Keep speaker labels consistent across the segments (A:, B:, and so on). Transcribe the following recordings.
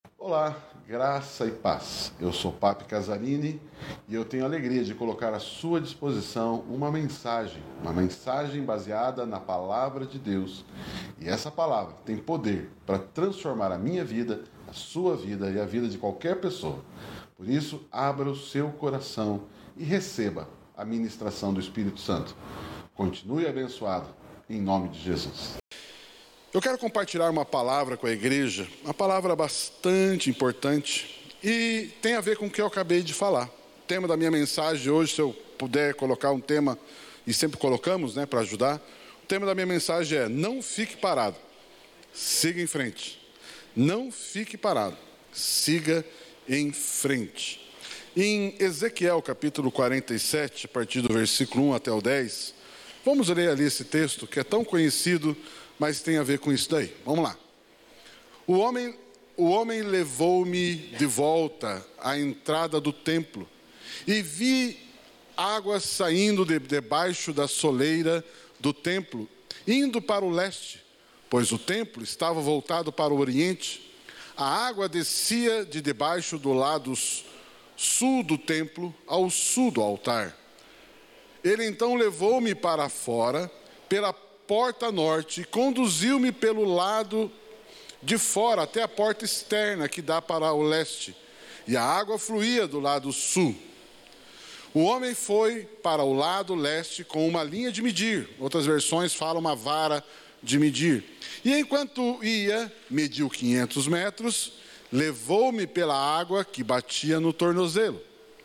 A: Olá, graça e paz. Eu sou Papi Casarini e eu tenho a alegria de colocar à sua disposição uma mensagem baseada na palavra de Deus. E essa palavra tem poder para transformar a minha vida, a sua vida e a vida de qualquer pessoa. Por isso, abra o seu coração e receba a ministração do Espírito Santo. Continue abençoado, em nome de Jesus. Eu quero compartilhar uma palavra com a igreja, uma palavra bastante importante e tem a ver com o que eu acabei de falar. O tema da minha mensagem hoje, se eu puder colocar um tema, e sempre colocamos, para ajudar, o tema da minha mensagem é: não fique parado, siga em frente. Não fique parado, siga em frente. Em Ezequiel capítulo 47, a partir do versículo 1 até o 10, vamos ler ali esse texto que é tão conhecido, mas tem a ver com isso daí. Vamos lá. O homem levou-me de volta à entrada do templo e vi águas saindo debaixo da soleira do templo, indo para o leste, pois o templo estava voltado para o oriente. A água descia de debaixo do lado sul do templo ao sul do altar. Ele então levou-me para fora, pela porta norte, e conduziu-me pelo lado de fora até a porta externa que dá para o leste, e a água fluía do lado sul. O homem foi para o lado leste com uma linha de medir, outras versões falam uma vara de medir, e enquanto ia, mediu 500 metros, levou-me pela água que batia no tornozelo.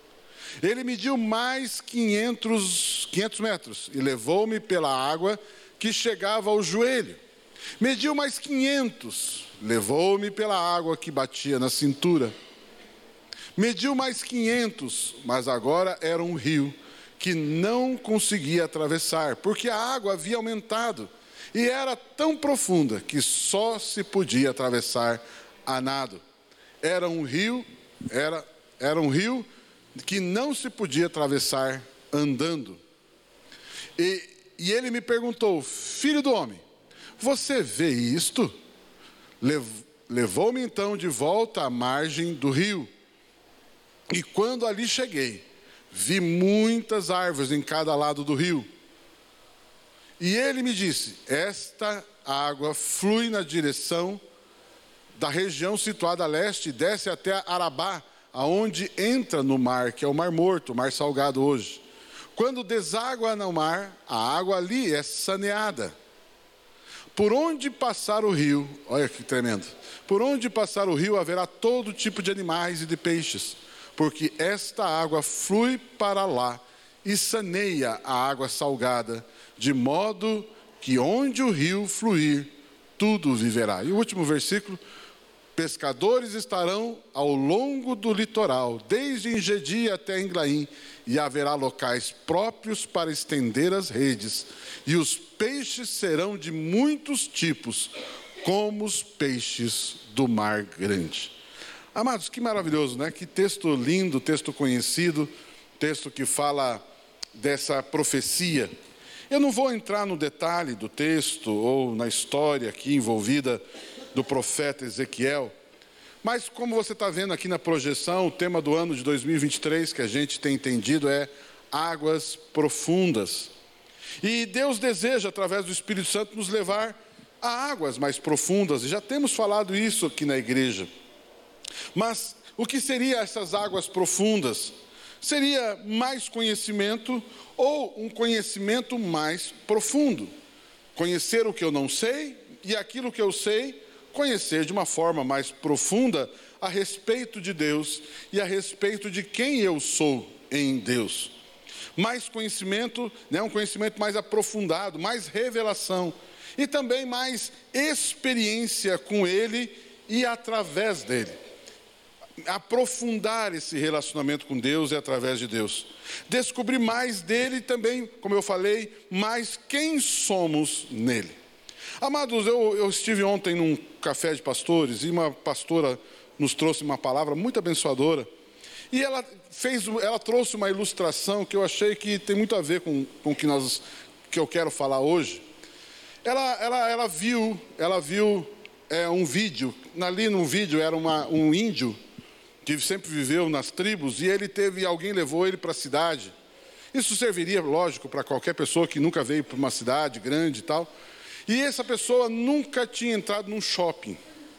A: Ele mediu mais 500 metros e levou-me pela água que chegava ao joelho. Mediu mais 500, levou-me pela água que batia na cintura. Mediu mais 500, mas agora era um rio que não conseguia atravessar, porque a água havia aumentado e era tão profunda que só se podia atravessar a nado. Era um rio que não se podia atravessar andando. E ele me perguntou: filho do homem, você vê isto? Levou-me então de volta à margem do rio. E quando ali cheguei, vi muitas árvores em cada lado do rio. E ele me disse: esta água flui na direção da região situada a leste e desce até Arabá, aonde entra no mar, que é o Mar Morto, o Mar Salgado hoje. Quando deságua no mar, a água ali é saneada. Por onde passar o rio, olha que tremendo, por onde passar o rio haverá todo tipo de animais e de peixes, porque esta água flui para lá e saneia a água salgada, de modo que onde o rio fluir, tudo viverá. E o último versículo: pescadores estarão ao longo do litoral, desde Engedi até Englaim, e haverá locais próprios para estender as redes, e os peixes serão de muitos tipos, como os peixes do mar grande. Amados, que maravilhoso, Que texto lindo, texto conhecido, texto que fala dessa profecia. Eu não vou entrar no detalhe do texto ou na história aqui envolvida do profeta Ezequiel, mas como você está vendo aqui na projeção, o tema do ano de 2023 que a gente tem entendido é águas profundas. E Deus deseja, através do Espírito Santo, nos levar a águas mais profundas, e já temos falado isso aqui na igreja. Mas o que seriam essas águas profundas? Seria mais conhecimento ou um conhecimento mais profundo. Conhecer o que eu não sei e aquilo que eu sei, conhecer de uma forma mais profunda a respeito de Deus e a respeito de quem eu sou em Deus. Mais conhecimento, um conhecimento mais aprofundado, mais revelação e também mais experiência com Ele e através dele. Aprofundar esse relacionamento com Deus e através de Deus. Descobrir mais dele também, como eu falei, mais quem somos nele. Amados, eu estive ontem num café de pastores e uma pastora nos trouxe uma palavra muito abençoadora. E ela trouxe uma ilustração que eu achei que tem muito a ver com o que eu quero falar hoje. Ela viu um vídeo. Ali num vídeo era um índio que sempre viveu nas tribos, e alguém levou ele para a cidade. Isso serviria, lógico, para qualquer pessoa que nunca veio para uma cidade grande e tal. E essa pessoa nunca tinha entrado num shopping.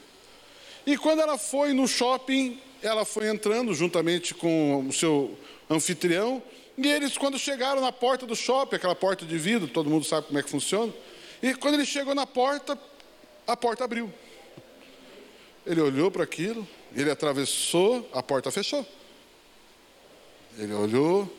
A: E quando ela foi no shopping, ela foi entrando juntamente com o seu anfitrião, e eles, quando chegaram na porta do shopping, aquela porta de vidro, todo mundo sabe como é que funciona, e quando ele chegou na porta, a porta abriu. Ele olhou para aquilo, ele atravessou, a porta fechou. Ele olhou,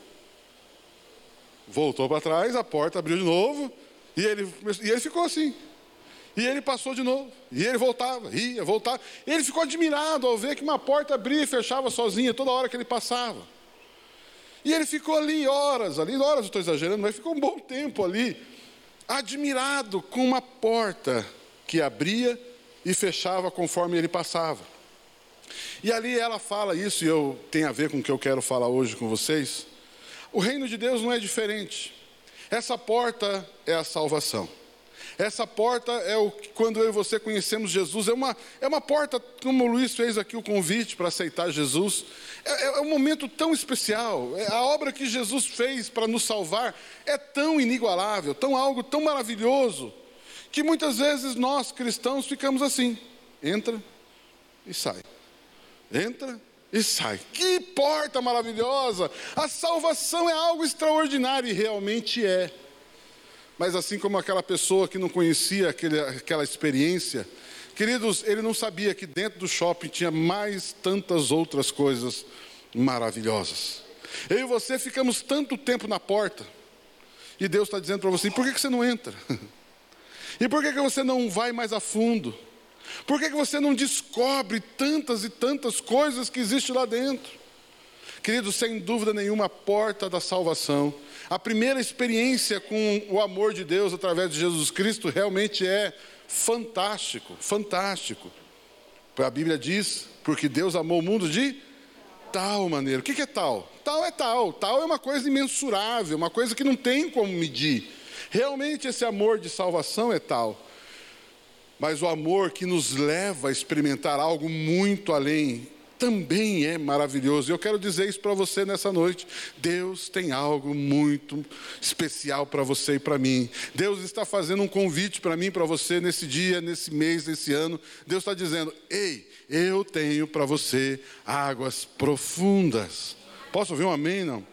A: voltou para trás, a porta abriu de novo, e ele ficou assim. E ele passou de novo, e ele voltava, ia, voltava. E ele ficou admirado ao ver que uma porta abria e fechava sozinha toda hora que ele passava. E ele ficou ali horas eu estou exagerando, mas ficou um bom tempo ali, admirado com uma porta que abria e fechava conforme ele passava. E ali ela fala isso, e tem a ver com o que eu quero falar hoje com vocês. O reino de Deus não é diferente. Essa porta é a salvação. Essa porta quando eu e você conhecemos Jesus, é uma porta, como o Luiz fez aqui o convite para aceitar Jesus. É um momento tão especial. A obra que Jesus fez para nos salvar é tão inigualável, algo tão maravilhoso, que muitas vezes nós cristãos ficamos assim: entra e sai, entra e sai. Que porta maravilhosa! A salvação é algo extraordinário, e realmente é. Mas assim como aquela pessoa que não conhecia aquela experiência, queridos, ele não sabia que dentro do shopping tinha mais tantas outras coisas maravilhosas. Eu e você ficamos tanto tempo na porta, e Deus está dizendo para você: por que você não entra? E por que você não vai mais a fundo? Por que você não descobre tantas e tantas coisas que existem lá dentro? Queridos, sem dúvida nenhuma, a porta da salvação, a primeira experiência com o amor de Deus através de Jesus Cristo, realmente é fantástico, fantástico. A Bíblia diz: porque Deus amou o mundo de tal maneira. O que é tal? Tal é tal. Tal é uma coisa imensurável, uma coisa que não tem como medir. Realmente esse amor de salvação é tal. Mas o amor que nos leva a experimentar algo muito além também é maravilhoso. E eu quero dizer isso para você nessa noite. Deus tem algo muito especial para você e para mim. Deus está fazendo um convite para mim e para você nesse dia, nesse mês, nesse ano. Deus está dizendo: ei, eu tenho para você águas profundas. Posso ouvir um amém, não?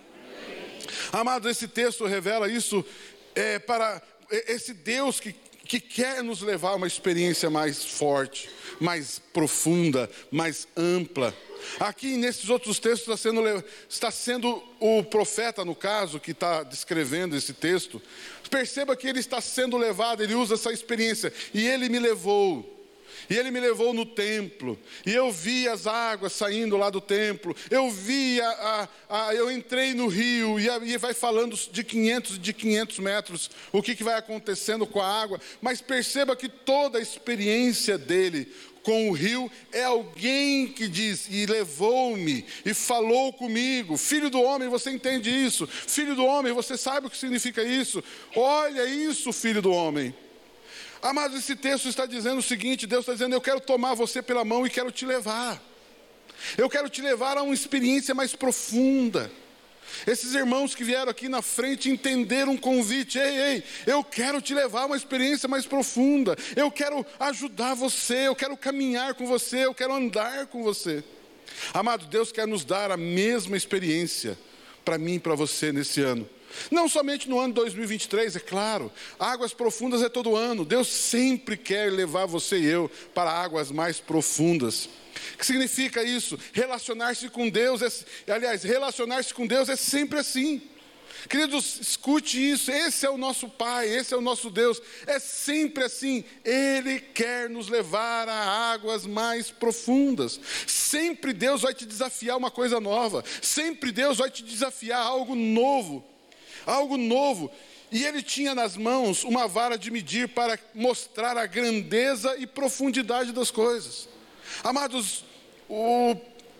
A: Amados, esse texto revela isso para esse Deus que quer nos levar a uma experiência mais forte, mais profunda, mais ampla. Aqui nesses outros textos está sendo o profeta, no caso, que está descrevendo esse texto. Perceba que ele está sendo levado, ele usa essa experiência. E ele me levou. E ele me levou no templo, e eu vi as águas saindo lá do templo, eu vi, eu entrei no rio, e vai falando de 500 metros, o que vai acontecendo com a água. Mas perceba que toda a experiência dele com o rio é alguém que diz: e levou-me, e falou comigo. Filho do homem, você entende isso? Filho do homem, você sabe o que significa isso? Olha isso, filho do homem. Amados, esse texto está dizendo o seguinte: Deus está dizendo: eu quero tomar você pela mão e quero te levar. Eu quero te levar a uma experiência mais profunda. Esses irmãos que vieram aqui na frente entenderam um convite: ei, eu quero te levar a uma experiência mais profunda. Eu quero ajudar você, eu quero caminhar com você, eu quero andar com você. Amado, Deus quer nos dar a mesma experiência para mim e para você nesse ano. Não somente no ano 2023, é claro. Águas profundas é todo ano. Deus sempre quer levar você e eu para águas mais profundas. O que significa isso? Relacionar-se com Deus, relacionar-se com Deus é sempre assim. Queridos, escute isso: esse é o nosso Pai, esse é o nosso Deus, é sempre assim. Ele quer nos levar a águas mais profundas. Sempre Deus vai te desafiar uma coisa nova, sempre Deus vai te desafiar algo novo. Algo novo. E ele tinha nas mãos uma vara de medir para mostrar a grandeza e profundidade das coisas. Amados,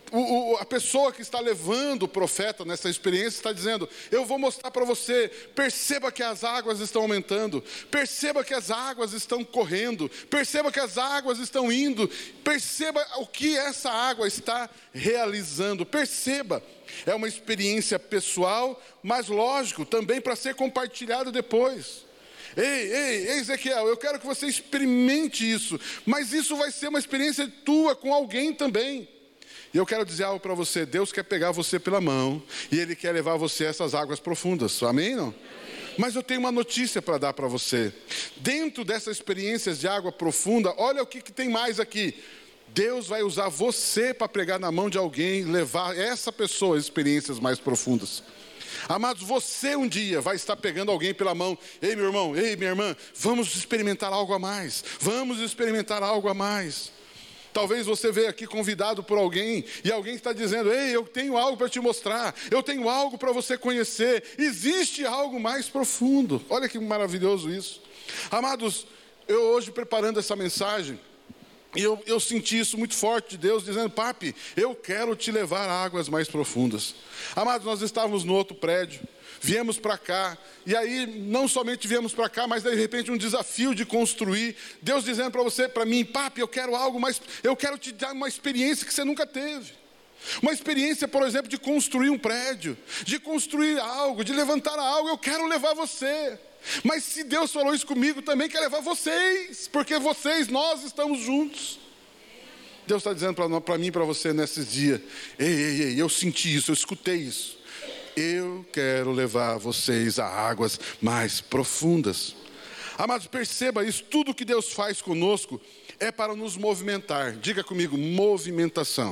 A: a pessoa que está levando o profeta nessa experiência está dizendo: eu vou mostrar para você, perceba que as águas estão aumentando, perceba que as águas estão correndo, perceba que as águas estão indo, perceba o que essa água está realizando, perceba. É uma experiência pessoal, mas lógico, também para ser compartilhado depois. Ei, Ezequiel, eu quero que você experimente isso, mas isso vai ser uma experiência tua com alguém também. E eu quero dizer algo para você: Deus quer pegar você pela mão e Ele quer levar você a essas águas profundas, amém não? Mas eu tenho uma notícia para dar para você. Dentro dessas experiências de água profunda, olha o que tem mais aqui. Deus vai usar você para pregar na mão de alguém, levar essa pessoa a experiências mais profundas. Amados, você um dia vai estar pegando alguém pela mão: ei meu irmão, ei minha irmã, vamos experimentar algo a mais, vamos experimentar algo a mais. Talvez você veja aqui convidado por alguém, e alguém está dizendo: ei, eu tenho algo para te mostrar, eu tenho algo para você conhecer, existe algo mais profundo. Olha que maravilhoso isso. Amados, eu hoje preparando essa mensagem, e eu senti isso muito forte de Deus, dizendo: papi, eu quero te levar a águas mais profundas. Amados, nós estávamos no outro prédio, viemos para cá, e aí não somente viemos para cá, mas de repente um desafio de construir. Deus dizendo para você, para mim: papi, eu quero algo mais, eu quero te dar uma experiência que você nunca teve. Uma experiência, por exemplo, de construir um prédio, de construir algo, de levantar algo. Eu quero levar você. Mas se Deus falou isso comigo, também quer levar vocês, porque nós estamos juntos. Deus está dizendo para mim e para você nesses dias: ei, eu senti isso, eu escutei isso. Eu quero levar vocês a águas mais profundas. Amados, perceba isso, tudo que Deus faz conosco é para nos movimentar. Diga comigo: movimentação.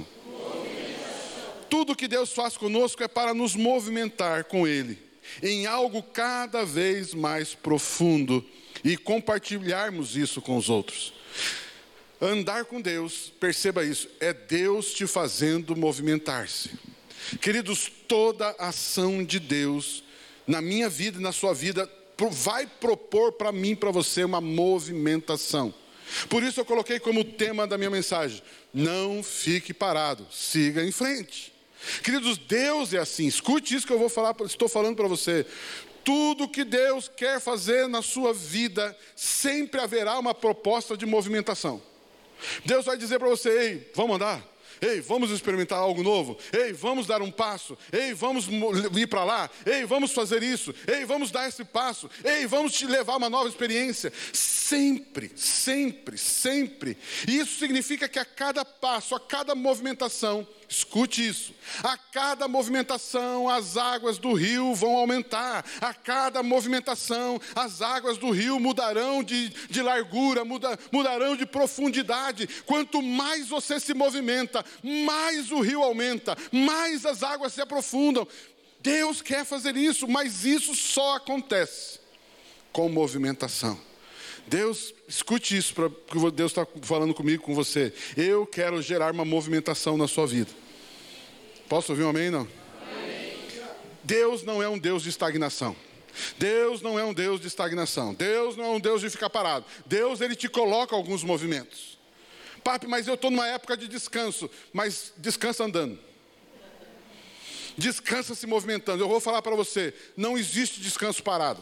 A: Tudo que Deus faz conosco é para nos movimentar com Ele em algo cada vez mais profundo e compartilharmos isso com os outros. Andar com Deus, perceba isso, é Deus te fazendo movimentar-se. Queridos, toda ação de Deus na minha vida e na sua vida vai propor para mim e para você uma movimentação. Por isso eu coloquei como tema da minha mensagem: não fique parado, siga em frente. Queridos, Deus é assim. Escute isso que eu estou falando para você. Tudo que Deus quer fazer na sua vida, sempre haverá uma proposta de movimentação. Deus vai dizer para você: ei, vamos andar? Ei, vamos experimentar algo novo? Ei, vamos dar um passo? Ei, vamos ir para lá? Ei, vamos fazer isso? Ei, vamos dar esse passo? Ei, vamos te levar a uma nova experiência? Sempre, sempre, sempre. E isso significa que a cada passo, a cada movimentação, escute isso, a cada movimentação as águas do rio vão aumentar. A cada movimentação as águas do rio mudarão de largura, mudarão de profundidade. Quanto mais você se movimenta, mais o rio aumenta, mais as águas se aprofundam. Deus quer fazer isso, mas isso só acontece com movimentação. Deus, escute isso, porque Deus está falando comigo, com você. Eu quero gerar uma movimentação na sua vida. Posso ouvir um amém, não? Amém. Deus não é um Deus de estagnação. Deus não é um Deus de estagnação. Deus não é um Deus de ficar parado. Deus, Ele te coloca alguns movimentos. Papi, mas eu estou numa época de descanso. Mas descansa andando. Descansa se movimentando. Eu vou falar para você: não existe descanso parado.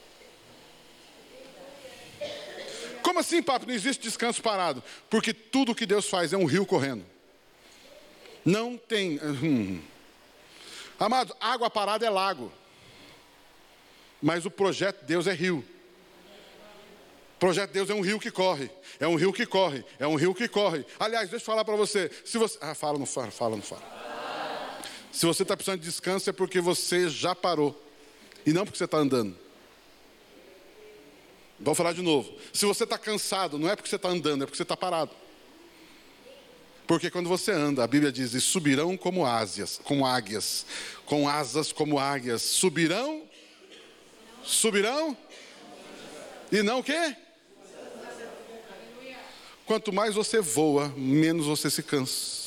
A: Como assim, papi, não existe descanso parado? Porque tudo que Deus faz é um rio correndo. Não tem... Amado, água parada é lago. Mas o projeto de Deus é rio. O projeto de Deus é um rio que corre. É um rio que corre. É um rio que corre. Aliás, deixa eu falar para você. Se você... fala, não fala. Se você está precisando de descanso é porque você já parou. E não porque você está andando. Vou falar de novo. Se você está cansado, não é porque você está andando, é porque você está parado. Porque quando você anda, a Bíblia diz: e subirão como águias, com asas como águias. Subirão? E não o quê? Quanto mais você voa, menos você se cansa.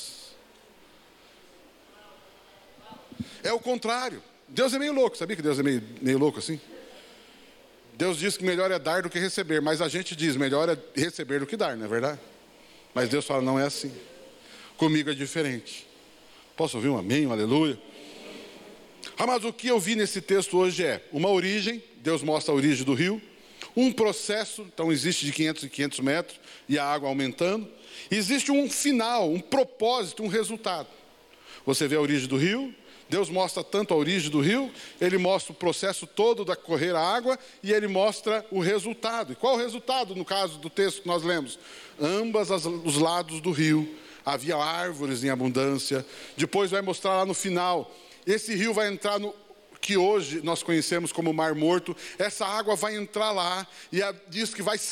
A: É o contrário. Deus é meio louco, sabia que Deus é meio louco assim? Deus diz que melhor é dar do que receber, mas a gente diz: melhor é receber do que dar, não é verdade? Mas Deus fala: não é assim. Comigo é diferente. Posso ouvir um amém, um aleluia? Amados, o que eu vi nesse texto hoje é uma origem, Deus mostra a origem do rio, um processo, então existe de 500 em 500 metros, e a água aumentando. Existe um final, um propósito, um resultado. Você vê a origem do rio, Deus mostra tanto a origem do rio, Ele mostra o processo todo da correr a água, e Ele mostra o resultado. E qual o resultado, no caso do texto que nós lemos? Ambas os lados do rio, havia árvores em abundância. Depois vai mostrar lá no final, esse rio vai entrar no que hoje nós conhecemos como Mar Morto. Essa água vai entrar lá e diz que vai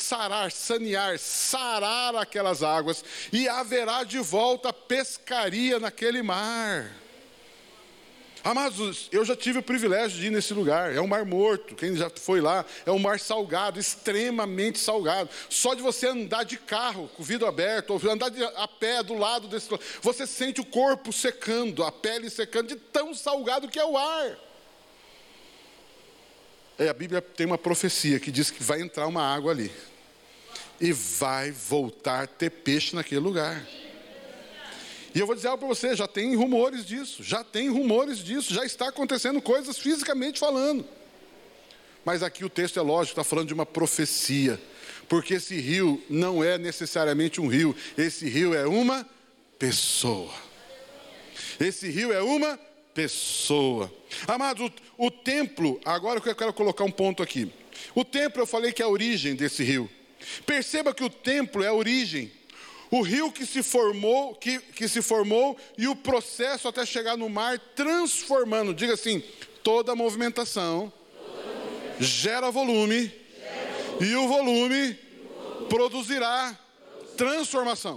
A: sarar aquelas águas, e haverá de volta pescaria naquele mar. Amados, eu já tive o privilégio de ir nesse lugar. É um Mar Morto, quem já foi lá, é um mar salgado, extremamente salgado. Só de você andar de carro, com o vidro aberto, ou andar a pé do lado desse, você sente o corpo secando, a pele secando, de tão salgado que é o ar. A Bíblia tem uma profecia que diz que vai entrar uma água ali, e vai voltar a ter peixe naquele lugar. E eu vou dizer algo para você, já tem rumores disso, já está acontecendo coisas fisicamente falando. Mas aqui o texto é lógico, está falando de uma profecia, porque esse rio não é necessariamente um rio, esse rio é uma pessoa. Esse rio é uma pessoa. Amados, o templo, agora que eu quero colocar um ponto aqui. O templo, eu falei que é a origem desse rio. Perceba que o templo é a origem. O rio que se formou, que se formou, e o processo até chegar no mar, transformando, diga assim, toda movimentação gera volume, e o volume produzirá transformação.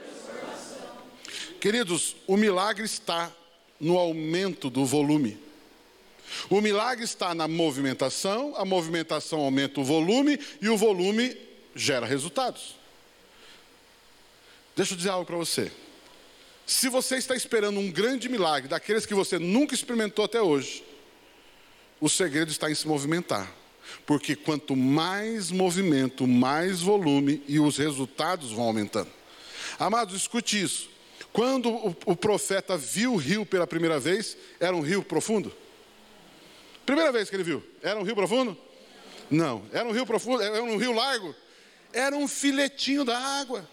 A: Queridos, o milagre está no aumento do volume. O milagre está na movimentação, a movimentação aumenta o volume, e o volume gera resultados. Deixa eu dizer algo para você. Se você está esperando um grande milagre, daqueles que você nunca experimentou até hoje, o segredo está em se movimentar. Porque quanto mais movimento, mais volume, e os resultados vão aumentando. Amados, escute isso. Quando o profeta viu o rio pela primeira vez, era um rio profundo? Primeira vez que ele viu, era um rio profundo? Não. Era um rio profundo, era um rio largo? Era um filetinho da água.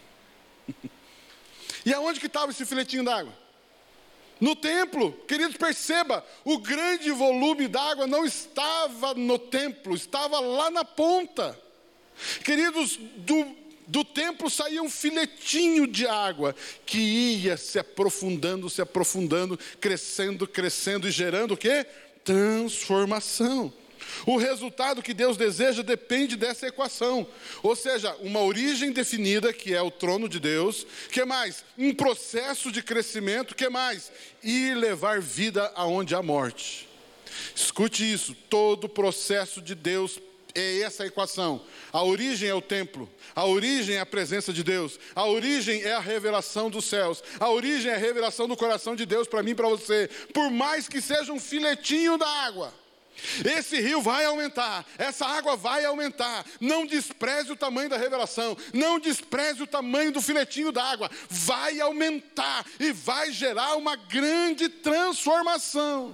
A: E aonde que estava esse filetinho d'água? No templo. Queridos, perceba, o grande volume d'água não estava no templo, estava lá na ponta. Queridos, do templo saía um filetinho de água, que ia se aprofundando, crescendo e gerando o quê? Transformação. O resultado que Deus deseja depende dessa equação. Ou seja, uma origem definida, que é o trono de Deus. Que mais? Um processo de crescimento. Que mais? E levar vida aonde há morte. Escute isso, todo o processo de Deus é essa equação. A origem é o templo, a origem é a presença de Deus, a origem é a revelação dos céus, a origem é a revelação do coração de Deus para mim e para você. Por mais que seja um filetinho da água, esse rio vai aumentar, essa água vai aumentar. Não despreze o tamanho da revelação, não despreze o tamanho do filetinho d'água. Vai aumentar e vai gerar uma grande transformação.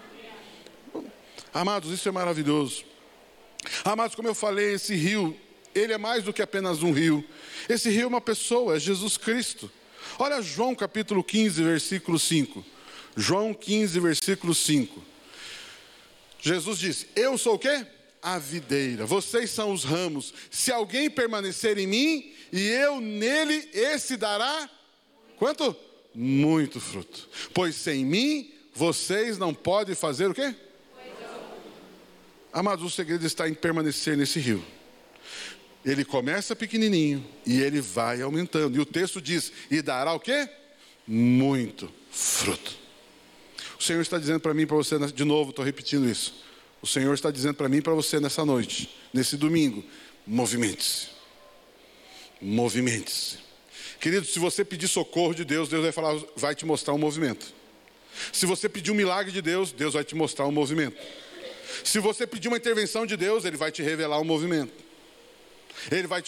A: Amados, isso é maravilhoso. Amados, como eu falei, esse rio, ele é mais do que apenas um rio. Esse rio é uma pessoa, é Jesus Cristo. Olha João capítulo 15, versículo 5. João 15, versículo 5. Jesus disse, eu sou o quê? A videira, vocês são os ramos. Se alguém permanecer em mim e eu nele, esse dará, quanto? Muito fruto. Pois sem mim, vocês não podem fazer o quê? Amados, o segredo está em permanecer nesse rio. Ele começa pequenininho e ele vai aumentando. E o texto diz, e dará o quê? Muito fruto. O Senhor está dizendo para mim e para você, de novo, estou repetindo isso. O Senhor está dizendo para mim e para você nessa noite, nesse domingo, movimente-se. Movimente-se. Querido, se você pedir socorro de Deus, Deus vai te mostrar um movimento. Se você pedir um milagre de Deus, Deus vai te mostrar um movimento. Se você pedir uma intervenção de Deus, Ele vai te revelar um movimento. Ele vai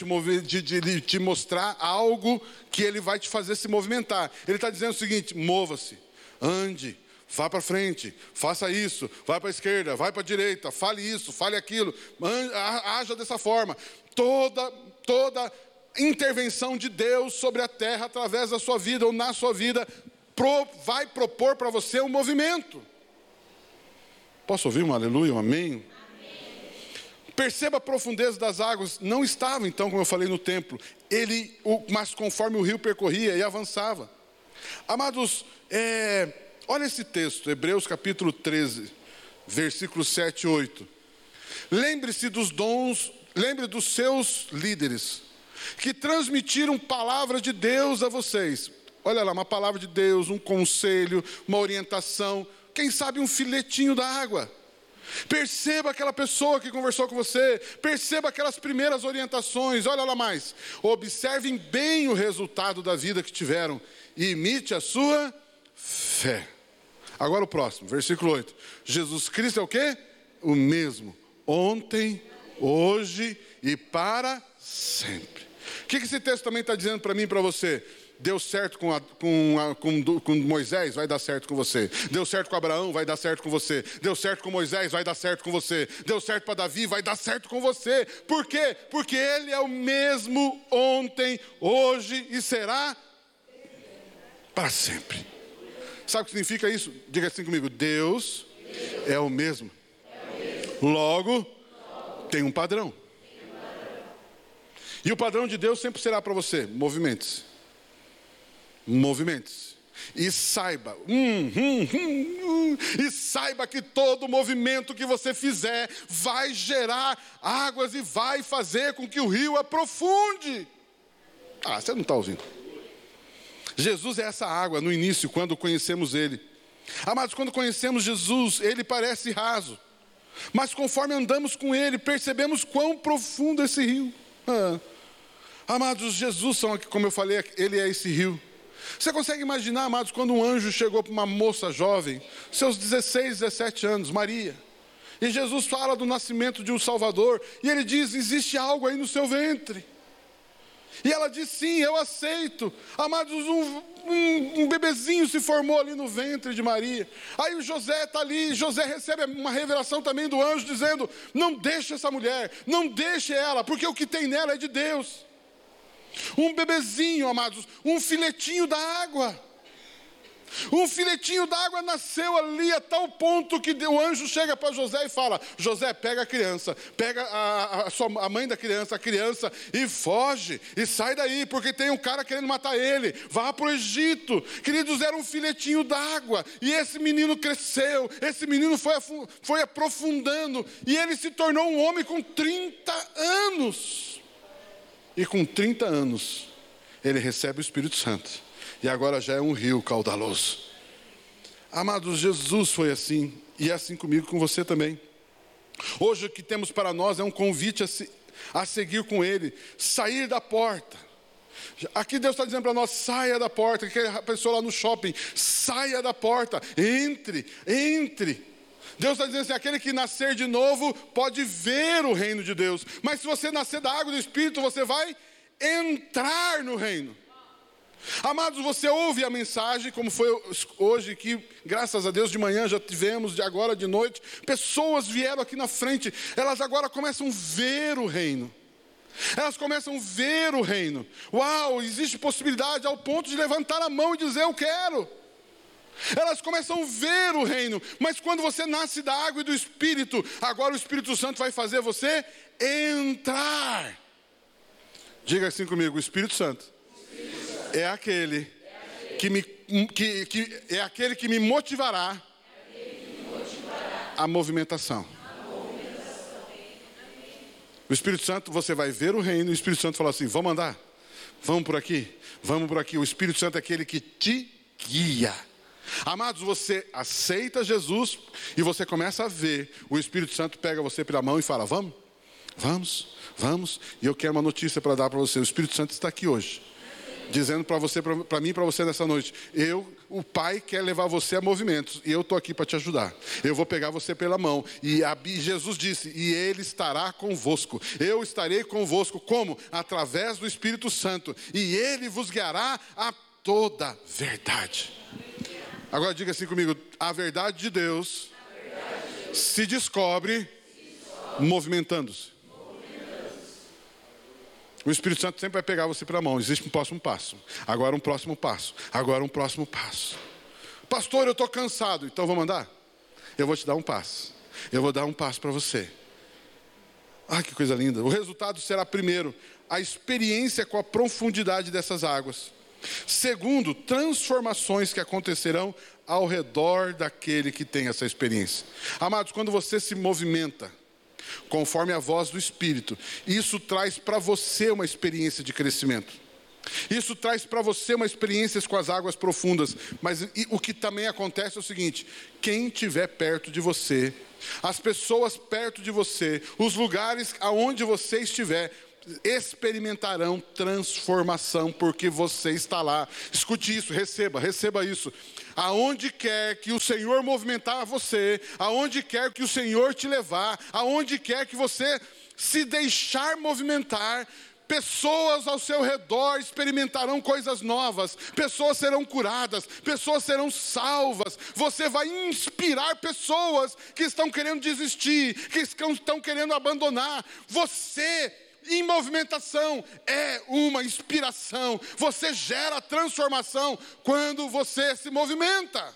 A: te mostrar algo que Ele vai te fazer se movimentar. Ele está dizendo o seguinte, mova-se. ande, vá para frente, faça isso, vai para a esquerda, vai para a direita, fale isso, fale aquilo, haja dessa forma. Toda intervenção de Deus sobre a terra, através da sua vida ou na sua vida, vai propor para você um movimento. Posso ouvir um aleluia, um amém? Perceba a profundeza das águas. Não estava então, como eu falei, no templo. Mas conforme o rio percorria e avançava. Amados, olha esse texto, Hebreus capítulo 13, versículos 7 e 8. Lembre-se dos dons, lembre dos seus líderes, que transmitiram palavra de Deus a vocês. Olha lá, uma palavra de Deus, um conselho, uma orientação, quem sabe um filetinho da água. Perceba aquela pessoa que conversou com você, perceba aquelas primeiras orientações, olha lá mais. Observem bem o resultado da vida que tiveram e imite a sua fé. Agora o próximo, versículo 8. Jesus Cristo é o quê? O mesmo, ontem, hoje e para sempre. O que esse texto também está dizendo para mim e para você? Deu certo com Moisés, vai dar certo com você. Deu certo com Abraão, vai dar certo com você. Deu certo com Moisés, vai dar certo com você. Deu certo para Davi, vai dar certo com você. Por quê? Porque ele é o mesmo ontem, hoje e será para sempre. Sabe o que significa isso? Diga assim comigo: Deus é o mesmo. Logo, tem um padrão. E o padrão de Deus sempre será para você: movimentos. E saiba, e saiba que todo movimento que você fizer vai gerar águas e vai fazer com que o rio aprofunde. Você não está ouvindo. Jesus é essa água no início, quando conhecemos Ele. Amados, quando conhecemos Jesus, Ele parece raso. Mas conforme andamos com Ele, percebemos quão profundo é esse rio. Amados, Jesus, como eu falei, Ele é esse rio. Você consegue imaginar, amados, quando um anjo chegou para uma moça jovem, seus 16, 17 anos, Maria, e Jesus fala do nascimento de um Salvador, e ele diz: existe algo aí no seu ventre. E ela diz: sim, eu aceito. Amados, um bebezinho se formou ali no ventre de Maria. Aí o José está ali, José recebe uma revelação também do anjo, dizendo: não deixe essa mulher, não deixe ela, porque o que tem nela é de Deus. Um bebezinho, amados, um filetinho da água. Um filetinho d'água nasceu ali a tal ponto que o anjo chega para José e fala: José, pega a criança, pega a mãe da criança, a criança, e foge, e sai daí, porque tem um cara querendo matar ele, vá para o Egito. Queridos, era um filetinho d'água, e esse menino cresceu, esse menino foi aprofundando, e ele se tornou um homem com 30 anos. E com 30 anos, ele recebe o Espírito Santo. E agora já é um rio caudaloso. Amados, Jesus foi assim. E é assim comigo, com você também. Hoje o que temos para nós é um convite a seguir com Ele. Sair da porta. Aqui Deus está dizendo para nós: saia da porta. Que a pessoa lá no shopping: saia da porta. Entre. Deus está dizendo assim: aquele que nascer de novo pode ver o reino de Deus. Mas se você nascer da água do Espírito, você vai entrar no reino. Amados, você ouve a mensagem, como foi hoje, que graças a Deus de manhã já tivemos, de agora de noite, pessoas vieram aqui na frente, elas agora começam a ver o reino. Elas começam a ver o reino. Uau, existe possibilidade ao ponto de levantar a mão e dizer: eu quero. Elas começam a ver o reino. Mas quando você nasce da água e do Espírito, agora o Espírito Santo vai fazer você entrar. Diga assim comigo: o Espírito Santo é aquele que me motivará a movimentação. O Espírito Santo, você vai ver o reino, e o Espírito Santo fala assim: vamos andar, vamos por aqui, vamos por aqui. O Espírito Santo é aquele que te guia. Amados, você aceita Jesus e você começa a ver. O Espírito Santo pega você pela mão e fala: vamos. E eu quero uma notícia para dar para você. O Espírito Santo está aqui hoje, dizendo para você, para mim e para você nessa noite: o Pai quer levar você a movimentos, e eu estou aqui para te ajudar. Eu vou pegar você pela mão. E Jesus disse: e Ele estará convosco. Eu estarei convosco. Como? Através do Espírito Santo. E Ele vos guiará a toda verdade. Agora diga assim comigo: a verdade de Deus se descobre movimentando-se. O Espírito Santo sempre vai pegar você pela mão. Existe um próximo passo. Agora um próximo passo. Agora um próximo passo. Pastor, eu estou cansado. Então vamos andar? Eu vou te dar um passo. Eu vou dar um passo para você. Ai, que coisa linda. O resultado será, primeiro, a experiência com a profundidade dessas águas. Segundo, transformações que acontecerão ao redor daquele que tem essa experiência. Amados, quando você se movimenta conforme a voz do Espírito, isso traz para você uma experiência de crescimento. Isso traz para você uma experiência com as águas profundas. Mas o que também acontece é o seguinte: quem estiver perto de você, as pessoas perto de você, os lugares aonde você estiver, experimentarão transformação, porque você está lá. Escute isso, receba isso. Aonde quer que o Senhor movimentar você, aonde quer que o Senhor te levar, aonde quer que você se deixar movimentar, pessoas ao seu redor experimentarão coisas novas, pessoas serão curadas, pessoas serão salvas. Você vai inspirar pessoas que estão querendo desistir, que estão querendo abandonar. Você, em movimentação, é uma inspiração. Você gera transformação quando você se movimenta.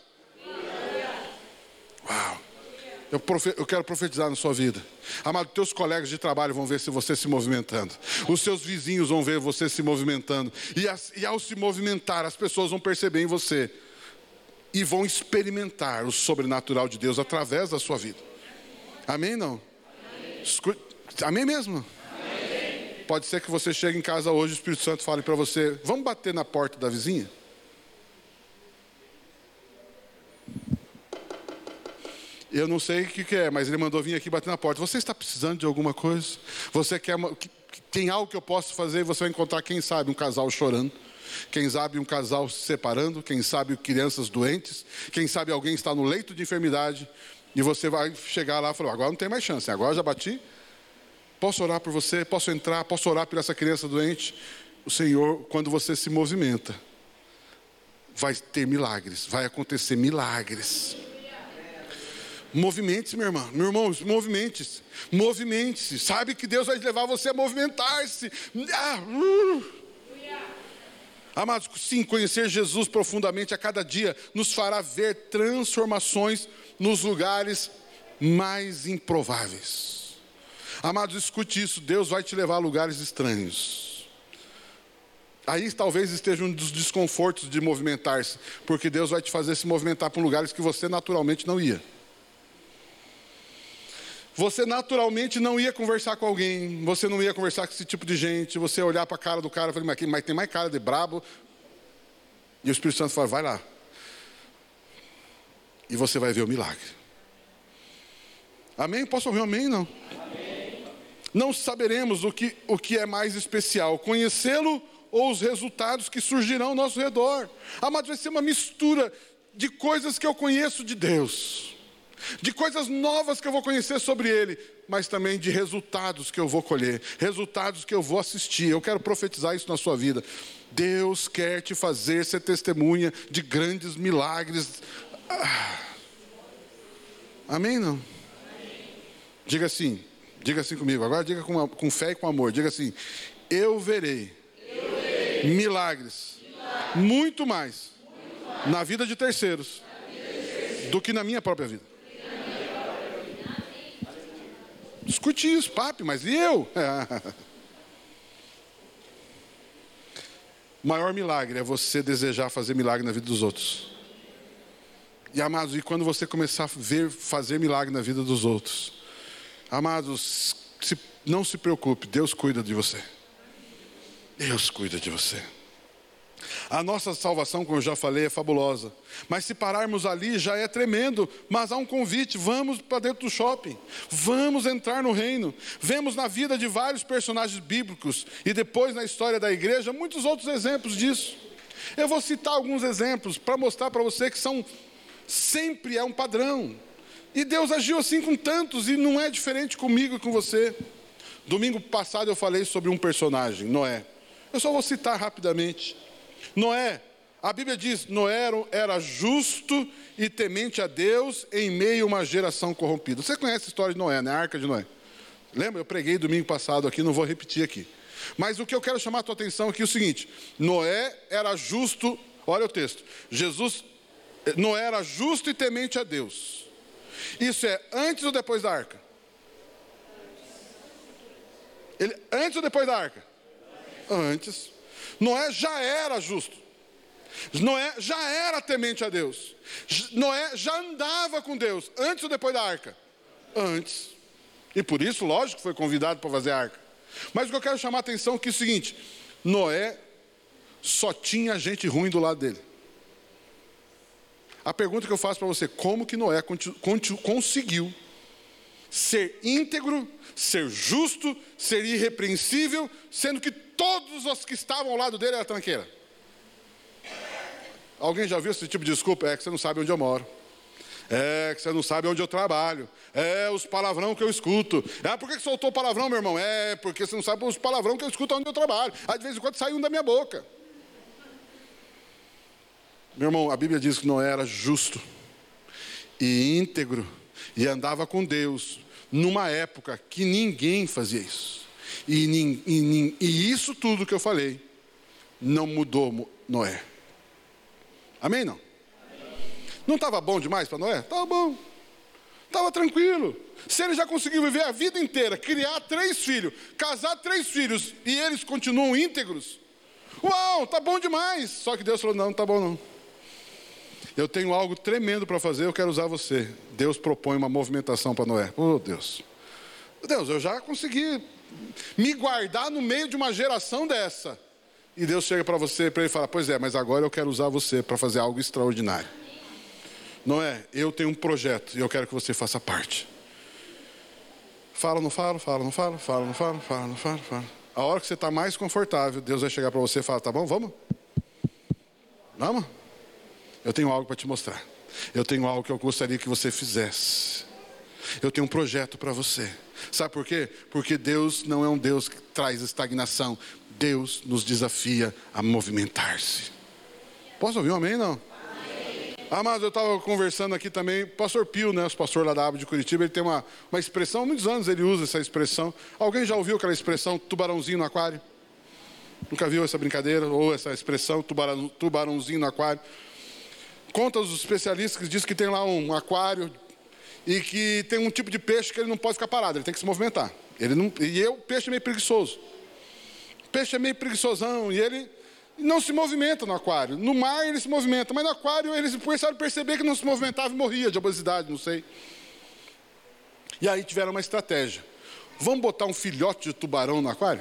A: Uau! Eu quero profetizar na sua vida. Amado, teus colegas de trabalho vão ver se você se movimentando. Os seus vizinhos vão ver você se movimentando. E ao se movimentar, as pessoas vão perceber em você. E vão experimentar o sobrenatural de Deus através da sua vida. Amém, não? Amém, amém mesmo? Amém. Pode ser que você chegue em casa hoje e o Espírito Santo fale para você: vamos bater na porta da vizinha? Eu não sei o que é, mas ele mandou vir aqui bater na porta. Você está precisando de alguma coisa? Você quer tem algo que eu posso fazer? E você vai encontrar, quem sabe, um casal chorando. Quem sabe um casal se separando. Quem sabe crianças doentes. Quem sabe alguém está no leito de enfermidade. E você vai chegar lá e falar: agora não tem mais chance. Agora já bati. Posso orar por você? Posso entrar? Posso orar por essa criança doente? O Senhor, quando você se movimenta, vai ter milagres. Vai acontecer milagres. Movimente-se, meu irmão, movimente-se. Movimente-se. Sabe que Deus vai levar você a movimentar-se. Amados, sim, conhecer Jesus profundamente a cada dia nos fará ver transformações nos lugares mais improváveis. Amados, escute isso: Deus vai te levar a lugares estranhos. Aí talvez esteja um dos desconfortos de movimentar-se, porque Deus vai te fazer se movimentar para lugares que você naturalmente não ia. Você naturalmente não ia conversar com alguém, você não ia conversar com esse tipo de gente, você ia olhar para a cara do cara e falar: mas tem mais cara de brabo. E o Espírito Santo fala: vai lá. E você vai ver o milagre. Amém? Posso ouvir um amém? Não? Amém. Não saberemos o que é mais especial: conhecê-lo ou os resultados que surgirão ao nosso redor. Amado, vai ser uma mistura de coisas que eu conheço de Deus, de coisas novas que eu vou conhecer sobre Ele, mas também de resultados que eu vou colher, resultados que eu vou assistir. Eu quero profetizar isso na sua vida. Deus quer te fazer ser testemunha de grandes milagres. Amém, não? Amém. Diga assim comigo. Agora diga com fé e com amor. Diga assim: eu verei milagres muito mais na vida de terceiros do que na minha própria vida. Escute isso, papi, mas e eu? O maior milagre é você desejar fazer milagre na vida dos outros. E amados, e quando você começar a ver fazer milagre na vida dos outros, amados, não se preocupe, Deus cuida de você. Deus cuida de você. A nossa salvação, como eu já falei, é fabulosa. Mas se pararmos ali já é tremendo. Mas há um convite: vamos para dentro do shopping. Vamos entrar no reino. Vemos na vida de vários personagens bíblicos e depois na história da igreja muitos outros exemplos disso. Eu vou citar alguns exemplos para mostrar para você que sempre é um padrão. E Deus agiu assim com tantos e não é diferente comigo e com você. Domingo passado eu falei sobre um personagem, Noé. Eu só vou citar rapidamente. Noé A Bíblia diz, Noé era justo e temente a Deus em meio a uma geração corrompida. Você conhece a história de Noé, né? A arca de Noé. Lembra? Eu preguei domingo passado aqui, não vou repetir aqui. Mas o que eu quero chamar a tua atenção aqui é o seguinte. Noé era justo, olha o texto. Noé era justo e temente a Deus. Isso é antes ou depois da arca? Antes ou depois da arca? Antes. Noé já era justo. Noé já era temente a Deus. Noé já andava com Deus. Antes ou depois da arca? Antes. E por isso, lógico, foi convidado para fazer a arca. Mas o que eu quero chamar a atenção aqui é o seguinte. Noé só tinha gente ruim do lado dele. A pergunta que eu faço para você, como que Noé conseguiu ser íntegro, ser justo, ser irrepreensível, sendo que todos os que estavam ao lado dele eram tranqueira? Alguém já viu esse tipo de desculpa? É que você não sabe onde eu moro. É que você não sabe onde eu trabalho. É os palavrão que eu escuto. Por que soltou palavrão, meu irmão? É porque você não sabe os palavrão que eu escuto onde eu trabalho. Aí de vez em quando sai um da minha boca. Meu irmão, a Bíblia diz que Noé era justo e íntegro e andava com Deus numa época que ninguém fazia isso. E isso tudo que eu falei não mudou Noé. Amém, não? Não estava bom demais para Noé? Estava bom. Estava tranquilo. Se ele já conseguiu viver a vida inteira, criar 3 filhos, casar 3 filhos, e eles continuam íntegros, uau, está bom demais. Só que Deus falou, não está bom não. Eu tenho algo tremendo para fazer, eu quero usar você. Deus propõe uma movimentação para Noé. Oh, Deus. Deus, eu já consegui me guardar no meio de uma geração dessa. E Deus chega para você, para ele falar, pois é, mas agora eu quero usar você para fazer algo extraordinário. Noé, eu tenho um projeto e eu quero que você faça parte. Fala, não fala, fala, não fala, fala, não fala, fala, não fala, fala. A hora que você está mais confortável, Deus vai chegar para você e falar, tá bom, vamos? Vamos? Eu tenho algo para te mostrar. Eu tenho algo que eu gostaria que você fizesse. Eu tenho um projeto para você. Sabe por quê? Porque Deus não é um Deus que traz estagnação. Deus nos desafia a movimentar-se. Posso ouvir um amém, não? Mas eu estava conversando aqui também, o pastor Pio, né, o pastor lá da Aba de Curitiba, ele tem uma expressão, há muitos anos ele usa essa expressão. Alguém já ouviu aquela expressão, tubarãozinho no aquário? Nunca viu essa brincadeira, ou essa expressão, tubarãozinho no aquário? Conta os especialistas que dizem que tem lá um aquário e que tem um tipo de peixe que ele não pode ficar parado, ele tem que se movimentar. O peixe é meio preguiçoso. O peixe é meio preguiçosão e ele não se movimenta no aquário. No mar ele se movimenta, mas no aquário eles começaram a perceber que não se movimentava e morria de obesidade, não sei. E aí tiveram uma estratégia. Vamos botar um filhote de tubarão no aquário?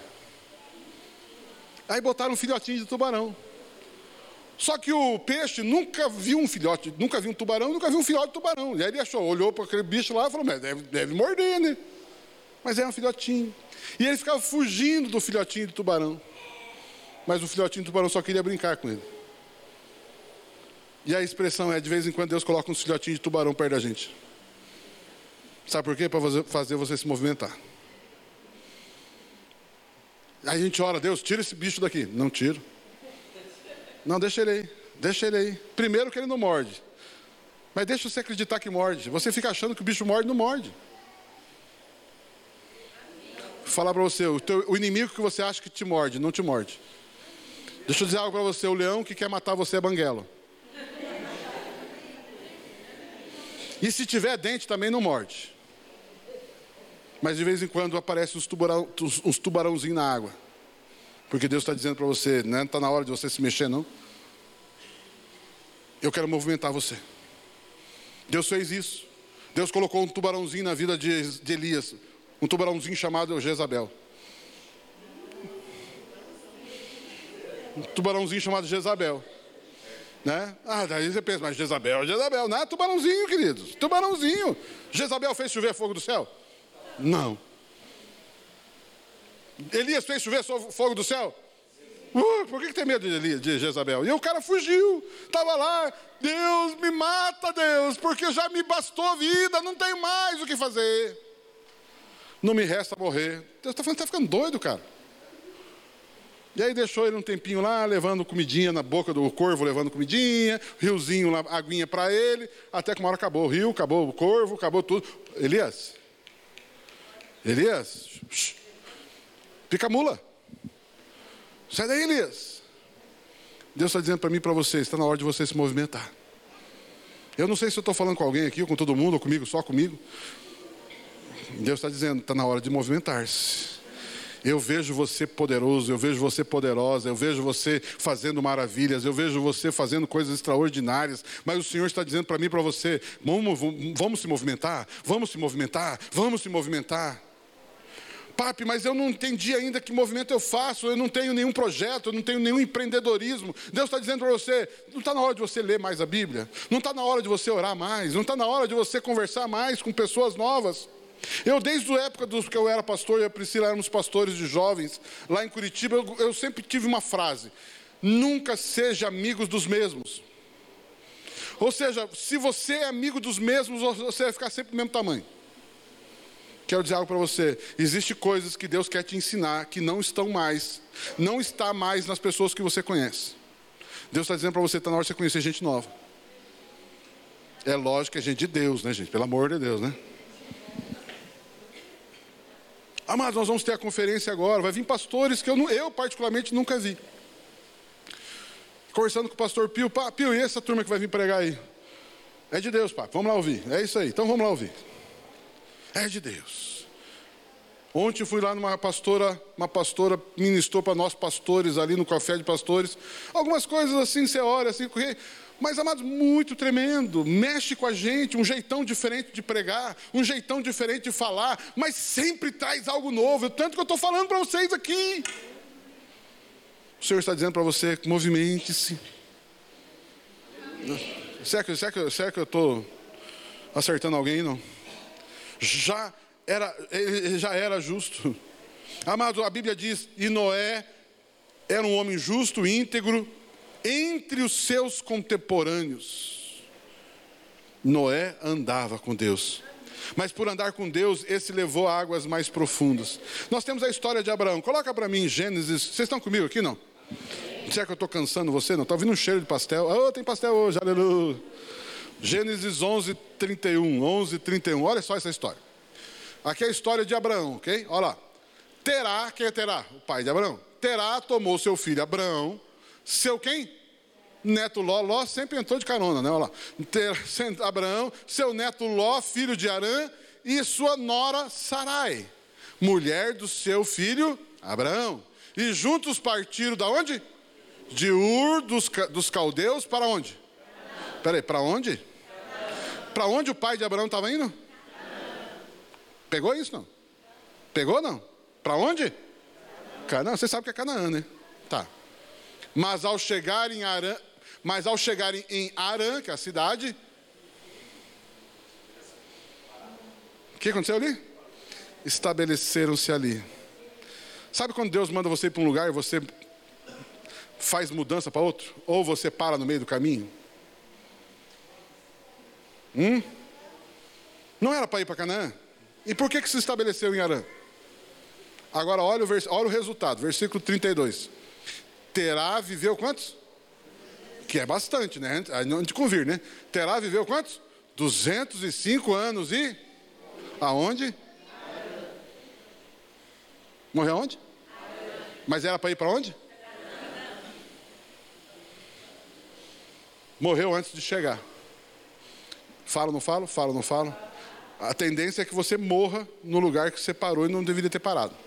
A: Aí botaram um filhotinho de tubarão. Só que o peixe nunca viu um filhote, nunca viu um tubarão, nunca viu um filhote de tubarão. E aí ele olhou para aquele bicho lá e falou, mas deve morder, né? Mas é um filhotinho. E ele ficava fugindo do filhotinho de tubarão. Mas o filhotinho de tubarão só queria brincar com ele. E a expressão é, de vez em quando Deus coloca uns filhotinhos de tubarão perto da gente. Sabe por quê? Para fazer você se movimentar. Aí a gente ora, Deus, tira esse bicho daqui. Não tiro. Não, deixa ele aí. Primeiro que ele não morde. Mas deixa você acreditar que morde. Você fica achando que o bicho morde, não morde. Vou falar para você, o inimigo que você acha que te morde, não te morde. Deixa eu dizer algo para você, o leão que quer matar você é banguelo. E se tiver dente também não morde. Mas de vez em quando aparecem uns tubarãozinhos na água. Porque Deus está dizendo para você, não está na hora de você se mexer, não. Eu quero movimentar você. Deus fez isso. Deus colocou um tubarãozinho na vida de Elias. Um tubarãozinho chamado Jezabel. Um tubarãozinho chamado Jezabel. Né? Daí você pensa, mas Jezabel, não é tubarãozinho, queridos. Tubarãozinho. Jezabel fez chover fogo do céu? Não. Elias fez chover fogo do céu? Por que tem medo de Jezabel? E o cara fugiu. Estava lá, Deus me mata, Deus, porque já me bastou a vida, não tenho mais o que fazer. Não me resta morrer. Deus está ficando doido, cara. E aí deixou ele um tempinho lá, levando comidinha na boca do corvo, levando comidinha, riozinho lá, aguinha para ele, até que uma hora acabou o rio, acabou o corvo, acabou tudo. Elias, pica a mula. Sai daí, Elias. Deus está dizendo para mim e para você, está na hora de você se movimentar. Eu não sei se eu estou falando com alguém aqui, ou com todo mundo, ou comigo, só comigo. Deus está dizendo, está na hora de movimentar-se. Eu vejo você poderoso, eu vejo você poderosa, eu vejo você fazendo maravilhas, eu vejo você fazendo coisas extraordinárias, mas o Senhor está dizendo para mim e para você, vamos se movimentar, vamos se movimentar, vamos se movimentar. Papi, mas eu não entendi ainda que movimento eu faço, eu não tenho nenhum projeto, eu não tenho nenhum empreendedorismo. Deus está dizendo para você, não está na hora de você ler mais a Bíblia, não está na hora de você orar mais, não está na hora de você conversar mais com pessoas novas. Eu, desde a época que eu era pastor, e a Priscila éramos pastores de jovens, lá em Curitiba, eu sempre tive uma frase: nunca seja amigo dos mesmos. Ou seja, se você é amigo dos mesmos, você vai ficar sempre do mesmo tamanho. Quero dizer algo para você, existem coisas que Deus quer te ensinar, que não está mais nas pessoas que você conhece. Deus está dizendo para você, está na hora de você conhecer gente nova. É lógico que é gente de Deus, né, gente? Pelo amor de Deus, né? Amados, nós vamos ter a conferência agora, vai vir pastores que eu particularmente nunca vi. Conversando com o pastor Pio, Pio, e essa turma que vai vir pregar aí? É de Deus, papo, vamos lá ouvir. É isso aí, então vamos lá ouvir. É de Deus. Ontem eu fui lá uma pastora ministrou para nós pastores ali no café de pastores. Algumas coisas assim, você olha assim, mas, amados, muito tremendo, mexe com a gente, um jeitão diferente de pregar, um jeitão diferente de falar, mas sempre traz algo novo, tanto que eu estou falando para vocês aqui. O Senhor está dizendo para você, movimente-se. Será que eu estou acertando alguém, não? Ele já era justo. Amado, a Bíblia diz, e Noé era um homem justo, íntegro, entre os seus contemporâneos. Noé andava com Deus, mas por andar com Deus, esse levou a águas mais profundas. Nós temos a história de Abraão. Coloca para mim em Gênesis. Vocês estão comigo aqui, não? Será que eu estou cansando você? Não, está ouvindo um cheiro de pastel. Tem pastel hoje, aleluia. Gênesis 11:31. Olha só essa história. Aqui é a história de Abraão, ok? Olha lá. Terá, quem é Terá? O pai de Abraão. Terá tomou seu filho Abraão, seu quem? Neto Ló. Ló sempre entrou de carona, né? Olha lá. Abraão, seu neto Ló, filho de Harã, e sua nora Sarai, mulher do seu filho Abraão. E juntos partiram da onde? De Ur dos caldeus para onde? Peraí, para onde? Para onde o pai de Abraão estava indo? Pegou isso, não? Pegou, não? Para onde? Canaã, você sabe que é Canaã, né? Tá. Mas ao chegarem em Harã, que é a cidade, o que aconteceu ali? Estabeleceram-se ali. Sabe quando Deus manda você ir para um lugar e você faz mudança para outro? Ou você para no meio do caminho? Não era para ir para Canaã? E por que se estabeleceu em Harã? Agora olha o resultado, versículo 32. Terá viveu quantos? Que é bastante, né? Antes de convir, né? Terá viveu quantos? 205 anos e... Aonde? Morreu aonde? Mas era para ir para onde? Morreu antes de chegar. Falo, não falo? Falo, não falo? A tendência é que você morra no lugar que você parou e não deveria ter parado.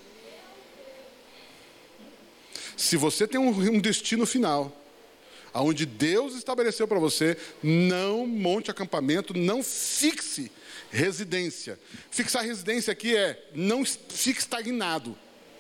A: Se você tem um destino final, aonde Deus estabeleceu para você, não monte acampamento, não fixe residência. Fixar residência aqui é não fique estagnado.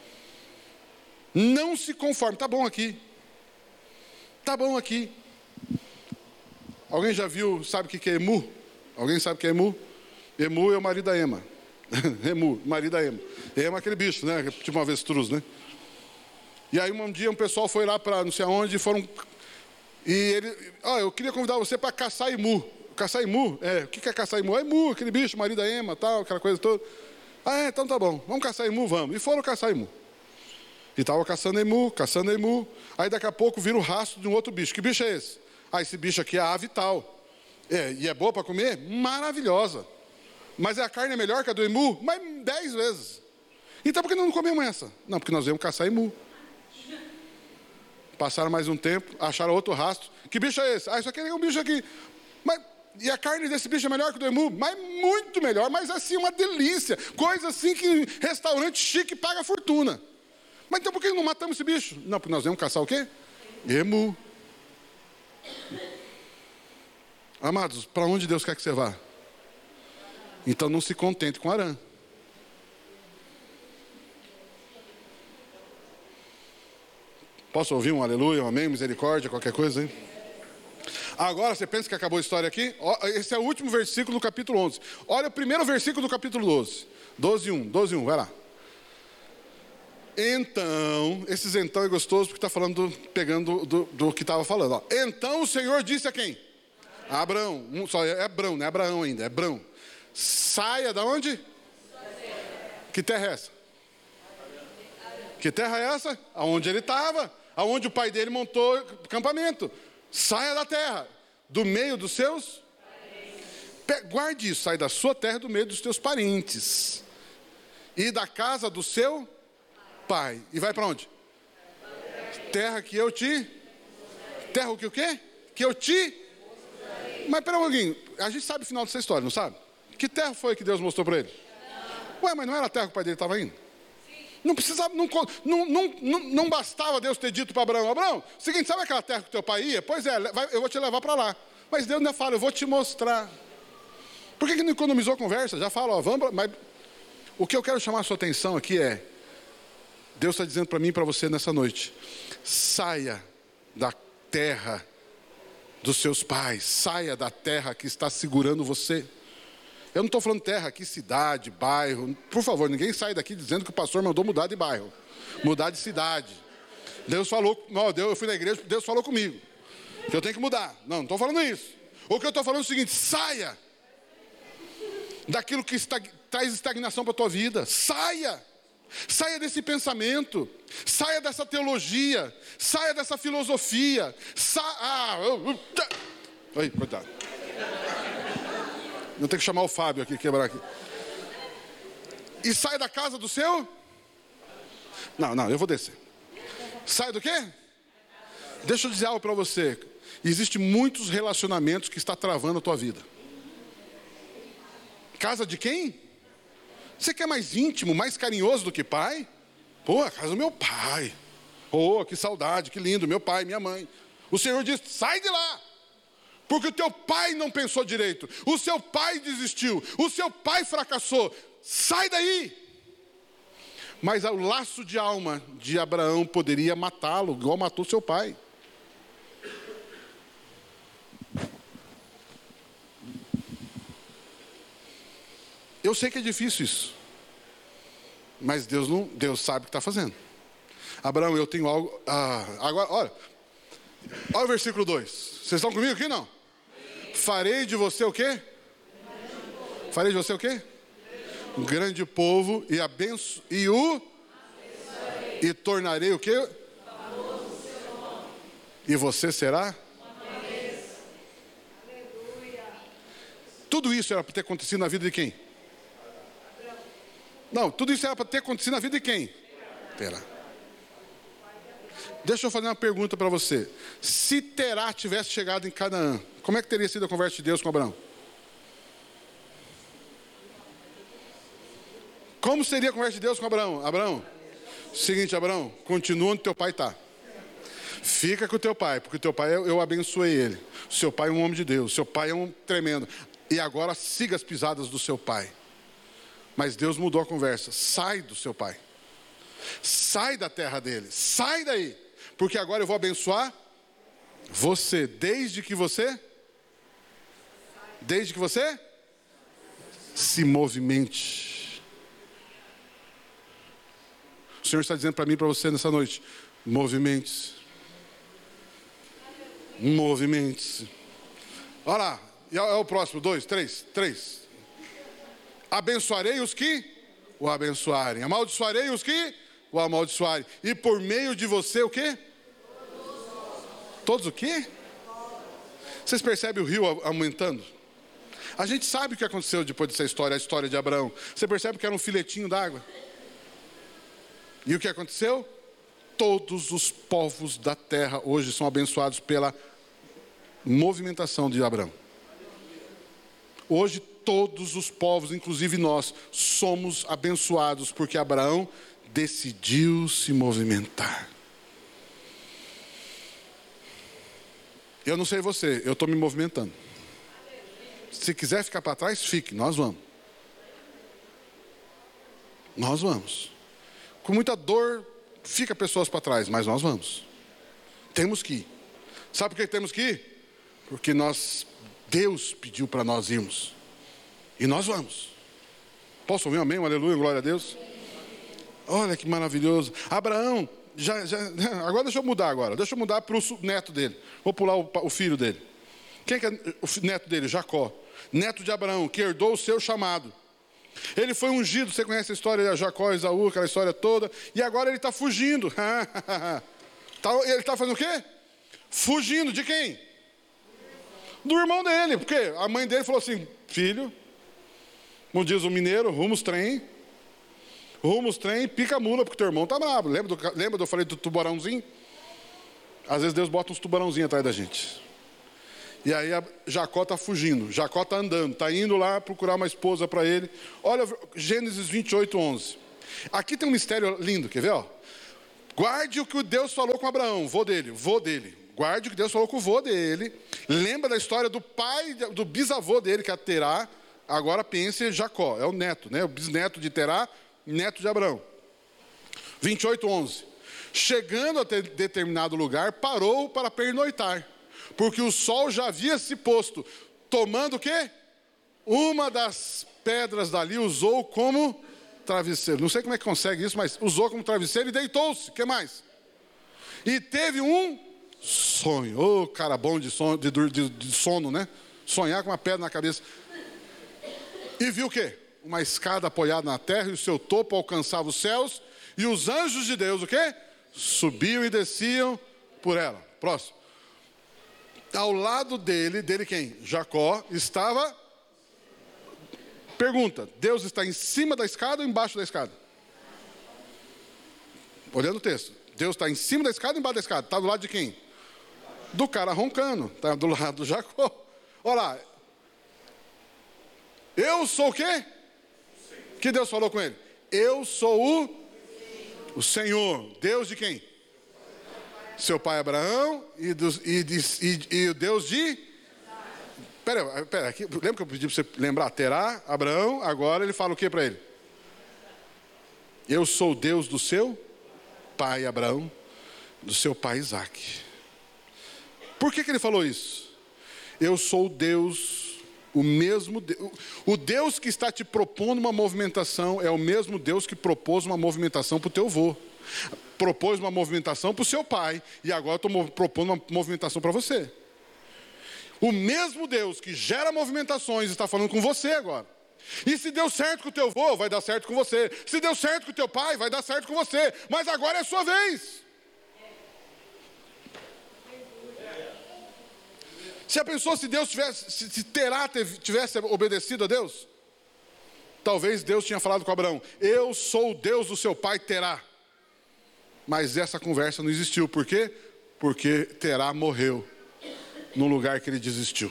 A: Não se conforme. Tá bom aqui. Tá bom aqui. Alguém já viu, sabe o que é emu? Alguém sabe o que é emu? Emu é o marido da ema. Emu, marido da ema. Ema é aquele bicho, né? Tipo um avestruz, né? E aí um dia um pessoal foi lá para não sei aonde, foram... E ele... eu queria convidar você para caçar emu. Caçar emu? O que é caçar emu? É emu, aquele bicho, marido da ema, tal, aquela coisa toda. Então tá bom, vamos caçar emu, vamos. E foram caçar emu.
B: E estava caçando emu. Aí daqui a pouco vira o rastro de um outro bicho. Que bicho é esse? Ah, esse bicho aqui é a ave tal. E é boa para comer? Maravilhosa. Mas a carne é melhor que a do emu? Mas 10 vezes. Então por que não comemos essa? Não, porque nós viemos caçar emu. Passaram mais um tempo, acharam outro rastro. Que bicho é esse? Ah, isso aqui é um bicho aqui. E a carne desse bicho é melhor que do emu? Mas muito melhor, mas assim, uma delícia. Coisa assim que restaurante chique paga fortuna. Mas então por que não matamos esse bicho? Não, porque nós viemos caçar o quê? Emu. Amados, para onde Deus quer que você vá? Então não se contente com Arã. Posso ouvir um aleluia, um amém, misericórdia, qualquer coisa aí? Agora você pensa que acabou a história aqui? Esse é o último versículo do capítulo 11. Olha o primeiro versículo do capítulo 12. 12:1, vai lá. Então, esses então é gostoso porque está falando, pegando do que estava falando. Ó. Então o Senhor disse a quem? A Abraão. Só é Abraão, não é Abraão ainda, é Abraão. Saia da onde? Que terra é essa? Que terra é essa? Aonde ele estava, aonde o pai dele montou acampamento. Saia da terra, do meio dos seus. Guarde isso, sai da sua terra, do meio dos teus parentes. E da casa do seu pai. E vai para onde? Terra que eu te. Terra o quê? Que eu te. Mas pera um pouquinho, a gente sabe o final dessa história, não sabe? Que terra foi que Deus mostrou para ele? Ué, mas não era a terra que o pai dele estava indo? Não precisava, não bastava Deus ter dito para Abraão: Abraão, seguinte, sabe aquela terra que o teu pai ia? Pois é, eu vou te levar para lá. Mas Deus ainda fala: eu vou te mostrar. Por que não economizou a conversa? Já fala, ó, vamos, mas o que eu quero chamar a sua atenção aqui é: Deus está dizendo para mim e para você nessa noite: saia da terra dos seus pais, saia da terra que está segurando você. Eu não estou falando terra aqui, cidade, bairro. Por favor, ninguém sai daqui dizendo que o pastor mandou mudar de bairro, mudar de cidade. Deus falou, não, eu fui na igreja, Deus falou comigo que eu tenho que mudar. Não estou falando isso. O que eu estou falando é o seguinte: saia daquilo que traz estagnação para a tua vida. Saia desse pensamento, saia dessa teologia, saia dessa filosofia. Oi, coitado. Eu tenho que chamar o Fábio aqui, quebrar aqui. E sai da casa do seu? Não, eu vou descer. Sai do quê? Deixa eu dizer algo para você. Existem muitos relacionamentos que estão travando a tua vida. Casa de quem? Você quer mais íntimo, mais carinhoso do que pai? Pô, a casa do meu pai. Pô, que saudade, que lindo, meu pai, minha mãe. O Senhor diz: sai de lá. Porque o teu pai não pensou direito, o seu pai desistiu, o seu pai fracassou. Sai daí. Mas o laço de alma de Abraão poderia matá-lo, igual matou seu pai. Eu sei que é difícil isso, mas Deus sabe o que está fazendo. Abraão, eu tenho algo. Agora, olha o versículo 2. Vocês estão comigo aqui, não? Farei de você o quê? Farei de você o quê? Um grande povo e tornarei o quê? E você será? Tudo isso era para ter acontecido na vida de quem? Não, tudo isso era para ter acontecido na vida de quem? Terá. Deixa eu fazer uma pergunta para você. Se Terá tivesse chegado em Canaã, como é que teria sido a conversa de Deus com Abraão? Como seria a conversa de Deus com Abraão? Abraão, seguinte, Abraão, continua onde teu pai está. Fica com o teu pai, porque o teu pai, eu abençoei ele. O seu pai é um homem de Deus, o seu pai é um tremendo. E agora siga as pisadas do seu pai. Mas Deus mudou a conversa. Sai do seu pai. Sai da terra dele. Sai daí. Porque agora eu vou abençoar você. Desde que você se movimente. O Senhor está dizendo para mim e para você nessa noite: movimente-se. Movimente-se. Olha lá. É o próximo. 2, 3. Abençoarei os que o abençoarem. Amaldiçoarei os que o amaldiçoarem. E por meio de você o quê? Todos o quê? Vocês percebem o rio aumentando? A gente sabe o que aconteceu depois dessa história, a história de Abraão. Você percebe que era um filetinho d'água. E o que aconteceu? Todos os povos da terra hoje são abençoados pela movimentação de Abraão. Hoje todos os povos, inclusive nós, somos abençoados porque Abraão decidiu se movimentar. Eu não sei você, eu estou me movimentando. Se quiser ficar para trás, fique, nós vamos. Nós vamos. Com muita dor, fica pessoas para trás, mas nós vamos. Temos que ir. Sabe por que temos que ir? Porque Deus pediu para nós irmos. E nós vamos. Posso ouvir um amém, um aleluia, glória a Deus? Olha que maravilhoso. Abraão, agora deixa eu mudar para o neto dele. Vou pular o filho dele. Quem que é o neto dele? Jacó. Neto de Abraão, que herdou o seu chamado. Ele foi ungido, você conhece a história de Jacó, Esaú, aquela história toda. E agora ele está fugindo. Ele está fazendo o quê? Fugindo de quem? Do irmão dele. Porque a mãe dele falou assim, filho, como diz o mineiro, rumo os trem, pica a mula, porque teu irmão está bravo. Lembra eu falei do tubarãozinho? Às vezes Deus bota uns tubarãozinhos atrás da gente. E aí Jacó está fugindo, Jacó está andando, está indo lá procurar uma esposa para ele. Olha Gênesis 28, 11. Aqui tem um mistério lindo, quer ver? Ó? Guarde o que Deus falou com Abraão, vô dele. Guarde o que Deus falou com o vô dele. Lembra da história do pai, do bisavô dele, que é Terá. Agora pense Jacó, é o neto, né? O bisneto de Terá, neto de Abraão. 28, 11. Chegando a determinado lugar, parou para pernoitar. Porque o sol já havia se posto, tomando o quê? Uma das pedras dali usou como travesseiro. Não sei como é que consegue isso, mas usou como travesseiro e deitou-se. O que mais? E teve um sonho. Ô, cara bom de sono, né? Sonhar com uma pedra na cabeça. E viu o quê? Uma escada apoiada na terra e o seu topo alcançava os céus. E os anjos de Deus, o quê? Subiam e desciam por ela. Próximo. Ao lado dele quem? Jacó, estava... Pergunta, Deus está em cima da escada ou embaixo da escada? Olhando o texto. Deus está em cima da escada ou embaixo da escada? Está do lado de quem? Do cara roncando. Está do lado do Jacó. Olha lá. Eu sou o quê? Que Deus falou com ele? Eu sou o Senhor. Deus de quem? Seu pai Abraão e o Deus de... Pera, aqui, lembra que eu pedi para você lembrar? Terá, Abraão, agora ele fala o que para ele? Eu sou o Deus do seu pai Abraão, do seu pai Isaac. Por que ele falou isso? Eu sou o Deus, o mesmo Deus. O Deus que está te propondo uma movimentação é o mesmo Deus que propôs uma movimentação para o teu avô. Propôs uma movimentação para o seu pai. E agora estou propondo uma movimentação para você. O mesmo Deus que gera movimentações está falando com você agora. E se deu certo com o teu avô, vai dar certo com você. Se deu certo com o teu pai, vai dar certo com você. Mas agora é a sua vez. Se a pessoa, se Deus tivesse, se Terá tivesse obedecido a Deus, talvez Deus tinha falado com Abraão, eu sou o Deus do seu pai Terá. Mas essa conversa não existiu. Por quê? Porque Terá morreu no lugar que ele desistiu.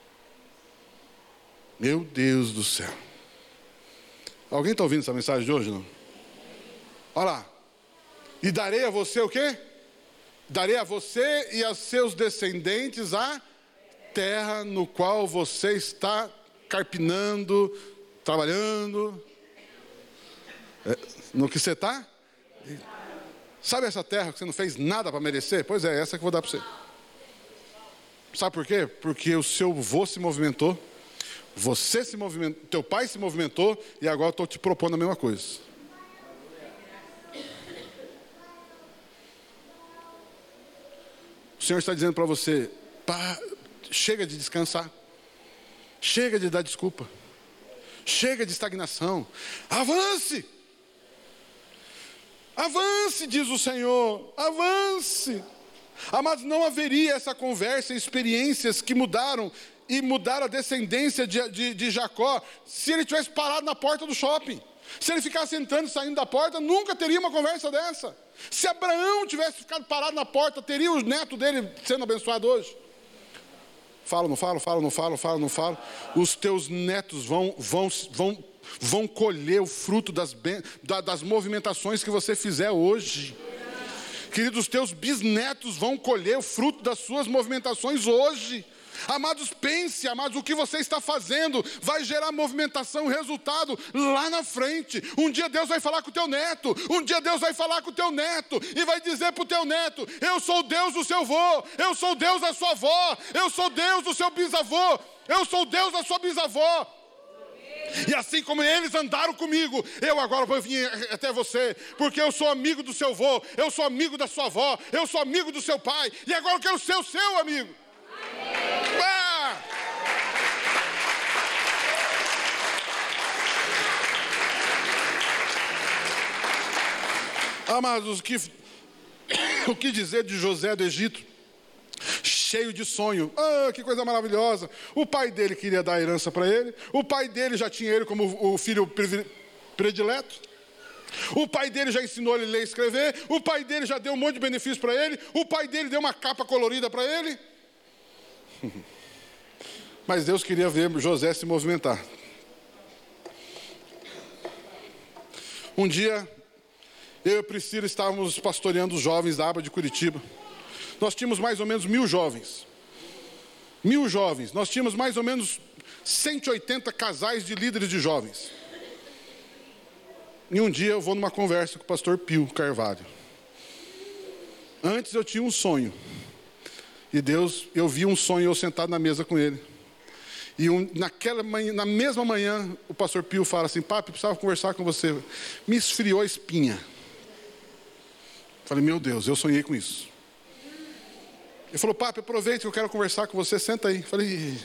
B: Meu Deus do céu. Alguém está ouvindo essa mensagem de hoje, não? Olha lá. E darei a você o quê? Darei a você e a seus descendentes a terra no qual você está carpinando, trabalhando. No que você está? Sabe essa terra que você não fez nada para merecer? Pois é, essa que eu vou dar para você. Sabe por quê? Porque o seu avô se movimentou, você se movimentou, teu pai se movimentou, e agora eu estou te propondo a mesma coisa. O Senhor está dizendo para você, chega de descansar, chega de dar desculpa, chega de estagnação, avance! Avance, diz o Senhor, avance. Amados, não haveria essa conversa, experiências que mudaram a descendência de Jacó, se ele tivesse parado na porta do shopping. Se ele ficasse entrando e saindo da porta, nunca teria uma conversa dessa. Se Abraão tivesse ficado parado na porta, teria o neto dele sendo abençoado hoje? Falo, não falo, falo, não falo, falo, não falo. Os teus netos vão colher o fruto das movimentações que você fizer hoje. Queridos, os teus bisnetos vão colher o fruto das suas movimentações hoje. Amados, pense, amados, o que você está fazendo vai gerar movimentação, resultado lá na frente. Um dia Deus vai falar com o teu neto, um dia Deus vai falar com o teu neto e vai dizer para o teu neto: eu sou o Deus do seu avô, eu sou o Deus da sua avó, eu sou o Deus do seu bisavô, eu sou o Deus da sua bisavó. E assim como eles andaram comigo, eu agora vou vir até você, porque eu sou amigo do seu avô, eu sou amigo da sua avó, eu sou amigo do seu pai, e agora eu quero ser o seu amigo. Ah! Amados, o que dizer de José do Egito? Cheio de sonho. Ah, que coisa maravilhosa. O pai dele queria dar a herança para ele. O pai dele já tinha ele como o filho predileto. O pai dele já ensinou ele a ler e escrever. O pai dele já deu um monte de benefício para ele. O pai dele deu uma capa colorida para ele. Mas Deus queria ver José se movimentar. Um dia, eu e a Priscila estávamos pastoreando os jovens da aba de Curitiba. Nós tínhamos mais ou menos 1.000 jovens. 1.000 jovens. Nós tínhamos mais ou menos 180 casais de líderes de jovens. E um dia eu vou numa conversa com o pastor Pio Carvalho. Antes eu tinha um sonho. E eu vi um sonho, eu sentado na mesa com ele. E na mesma manhã, o pastor Pio fala assim: papi, precisava conversar com você. Me esfriou a espinha. Falei: meu Deus, eu sonhei com isso. Ele falou: papi, aproveita que eu quero conversar com você, senta aí. Falei: Ele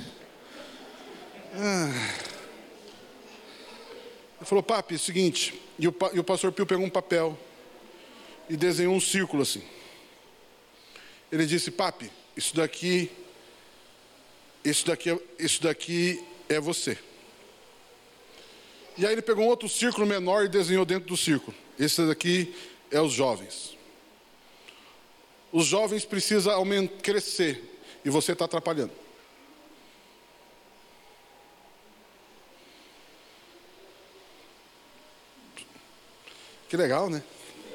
B: falou: papi, é o seguinte. E o pastor Pio pegou um papel e desenhou um círculo assim. Ele disse: papi, isso daqui é você. E aí ele pegou um outro círculo menor e desenhou dentro do círculo. Esse daqui é os jovens. Os jovens precisam crescer e você está atrapalhando. Que legal, né?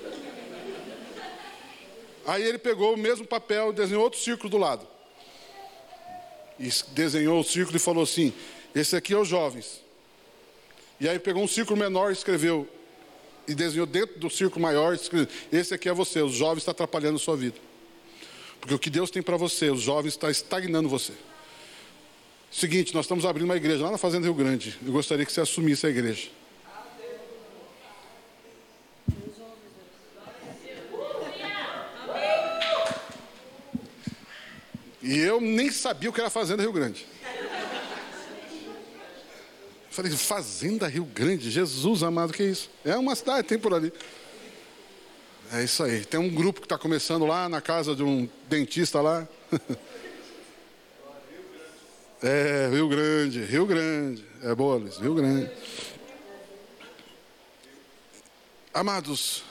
B: Aí ele pegou o mesmo papel e desenhou outro círculo do lado. E desenhou o círculo e falou assim: esse aqui é os jovens. E aí pegou um círculo menor e escreveu, e desenhou dentro do círculo maior, escreveu: esse aqui é você, os jovens estão atrapalhando a sua vida. Porque o que Deus tem para você, os jovens estão estagnando você. Seguinte, nós estamos abrindo uma igreja lá na Fazenda Rio Grande. Eu gostaria que você assumisse a igreja. E eu nem sabia o que era Fazenda Rio Grande. Falei: Fazenda Rio Grande? Jesus amado, que é isso? É uma cidade, tem por ali. É isso aí. Tem um grupo que está começando lá na casa de um dentista lá. É, Rio Grande. É boa, Luiz, Rio Grande. Amados,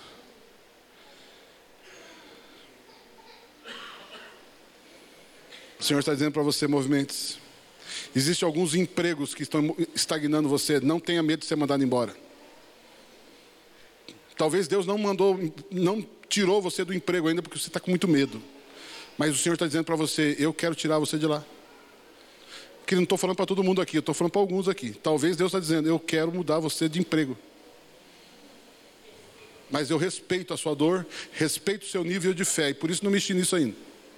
B: o Senhor está dizendo para você: movimentos. Existem alguns empregos que estão estagnando você. Não tenha medo de ser mandado embora. Talvez Deus não tirou você do emprego ainda porque você está com muito medo. Mas o Senhor está dizendo para você: eu quero tirar você de lá. Porque não estou falando para todo mundo aqui, eu estou falando para alguns aqui. Talvez Deus está dizendo: eu quero mudar você de emprego. Mas eu respeito a sua dor, respeito o seu nível de fé, e por isso não mexi nisso ainda.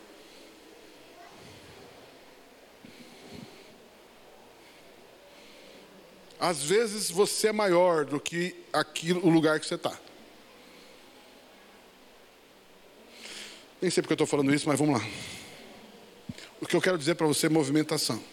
B: Às vezes você é maior do que o lugar que você está. Nem sei porque eu estou falando isso, mas vamos lá. O que eu quero dizer para você é movimentação.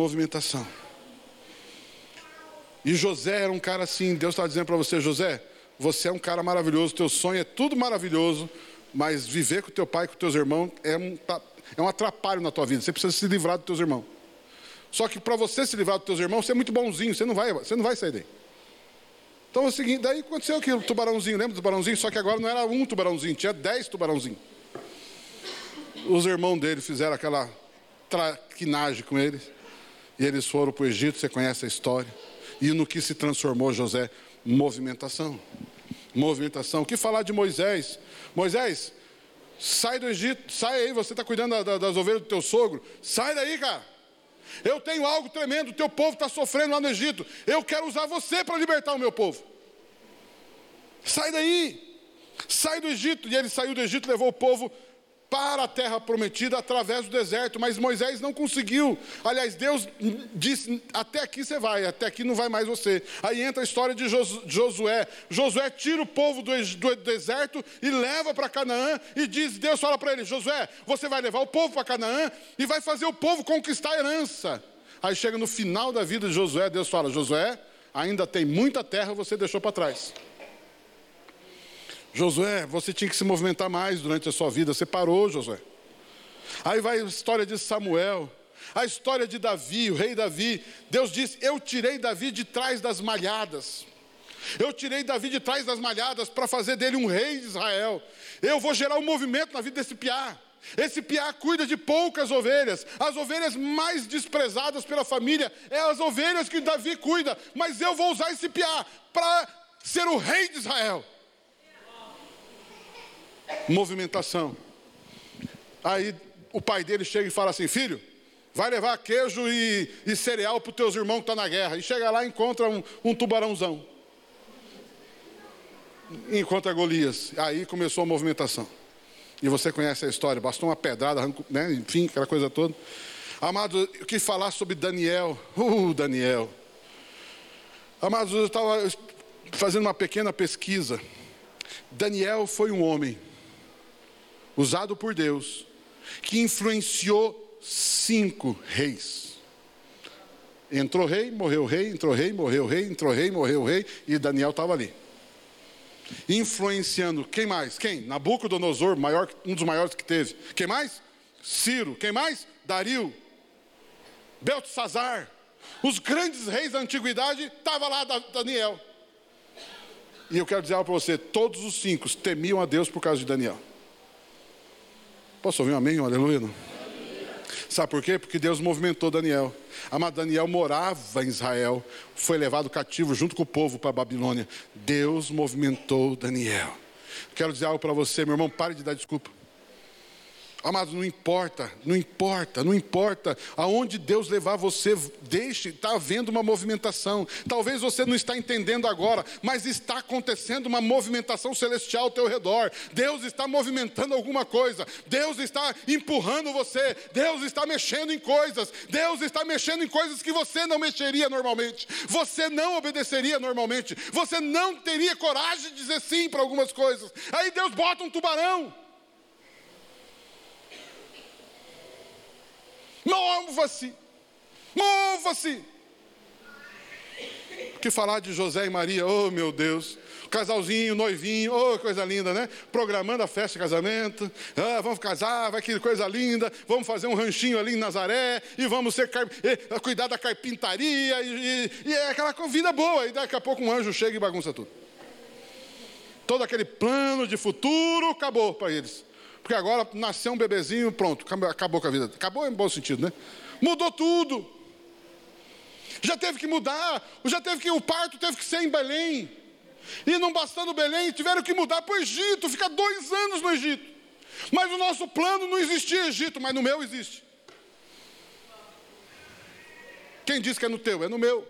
B: Movimentação. E José era um cara assim. Deus estava dizendo para você: José, você é um cara maravilhoso, teu sonho é tudo maravilhoso, mas viver com teu pai e com teus irmãos é um atrapalho na tua vida. Você precisa se livrar dos teus irmãos. Só que para você se livrar dos teus irmãos, você é muito bonzinho, você não vai sair daí. Então é o seguinte, daí aconteceu aquilo, tubarãozinho, lembra do tubarãozinho? Só que agora não era um tubarãozinho, tinha 10 tubarãozinhos. Os irmãos dele fizeram aquela traquinagem com eles, e eles foram para o Egito, você conhece a história. E no que se transformou José? Movimentação. Movimentação. O que falar de Moisés? Moisés, sai do Egito, sai aí, você está cuidando das ovelhas do teu sogro. Sai daí, cara. Eu tenho algo tremendo, o teu povo está sofrendo lá no Egito. Eu quero usar você para libertar o meu povo. Sai daí. Sai do Egito. E ele saiu do Egito e levou o povo para a terra prometida através do deserto, mas Moisés não conseguiu. Aliás, Deus disse, até aqui você vai, até aqui não vai mais você. Aí entra a história de Josué. Josué tira o povo do deserto e leva para Canaã, e Deus fala para ele, Josué, você vai levar o povo para Canaã e vai fazer o povo conquistar a herança. Aí chega no final da vida de Josué, Deus fala, Josué, ainda tem muita terra você deixou para trás. Josué, você tinha que se movimentar mais durante a sua vida. Você parou, Josué. Aí vai a história de Samuel. A história de Davi, o rei Davi. Deus disse, eu tirei Davi de trás das malhadas. Eu tirei Davi de trás das malhadas para fazer dele um rei de Israel. Eu vou gerar um movimento na vida desse piá. Esse piá cuida de poucas ovelhas. As ovelhas mais desprezadas pela família é as ovelhas que Davi cuida. Mas eu vou usar esse piá para ser o rei de Israel. Movimentação. Aí o pai dele chega e fala assim, filho, vai levar queijo e cereal para os teus irmãos que estão na guerra. E chega lá e encontra um tubarãozão. Encontra Golias. Aí começou a movimentação. E você conhece a história, bastou uma pedrada, né? Enfim, aquela coisa toda. Amados, eu quis falar sobre Daniel. Daniel. Amados, eu estava fazendo uma pequena pesquisa. Daniel foi um homem usado por Deus, que influenciou 5 reis. Entrou rei, morreu rei, entrou rei, morreu rei, entrou rei, morreu rei, e Daniel estava ali. Influenciando, quem mais? Quem? Nabucodonosor, um dos maiores que teve. Quem mais? Ciro. Quem mais? Dario. Beltesazar. Os grandes reis da antiguidade, estava lá Daniel. E eu quero dizer algo para você, todos os 5 temiam a Deus por causa de Daniel. Posso ouvir um amém? Um aleluia? Não? Sabe por quê? Porque Deus movimentou Daniel. Amado, Daniel morava em Israel, foi levado cativo junto com o povo para a Babilônia. Deus movimentou Daniel. Quero dizer algo para você, meu irmão, pare de dar desculpa. Amados, não importa aonde Deus levar você, deixe, está havendo uma movimentação. Talvez você não está entendendo agora, mas está acontecendo uma movimentação celestial ao teu redor. Deus está movimentando alguma coisa, Deus está empurrando você, Deus está mexendo em coisas, Deus está mexendo em coisas que você não mexeria normalmente, você não obedeceria normalmente, você não teria coragem de dizer sim para algumas coisas. Aí Deus bota um tubarão. Mova-se. O que falar de José e Maria? Oh, meu Deus. Casalzinho, noivinho, oh, coisa linda, né? Programando a festa de casamento. Vamos casar, vai que coisa linda. Vamos fazer um ranchinho ali em Nazaré. E vamos cuidar da carpintaria. E é aquela vida boa. E daqui a pouco um anjo chega e bagunça tudo. Todo aquele plano de futuro acabou para eles. Porque agora nasceu um bebezinho, pronto, acabou com a vida. Acabou em bom sentido, né? Mudou tudo. Já teve que mudar, o parto teve que ser em Belém. E não bastando Belém, tiveram que mudar para o Egito, ficar 2 anos no Egito. Mas o nosso plano não existia Egito, mas no meu existe. Quem disse que é no teu? É no meu.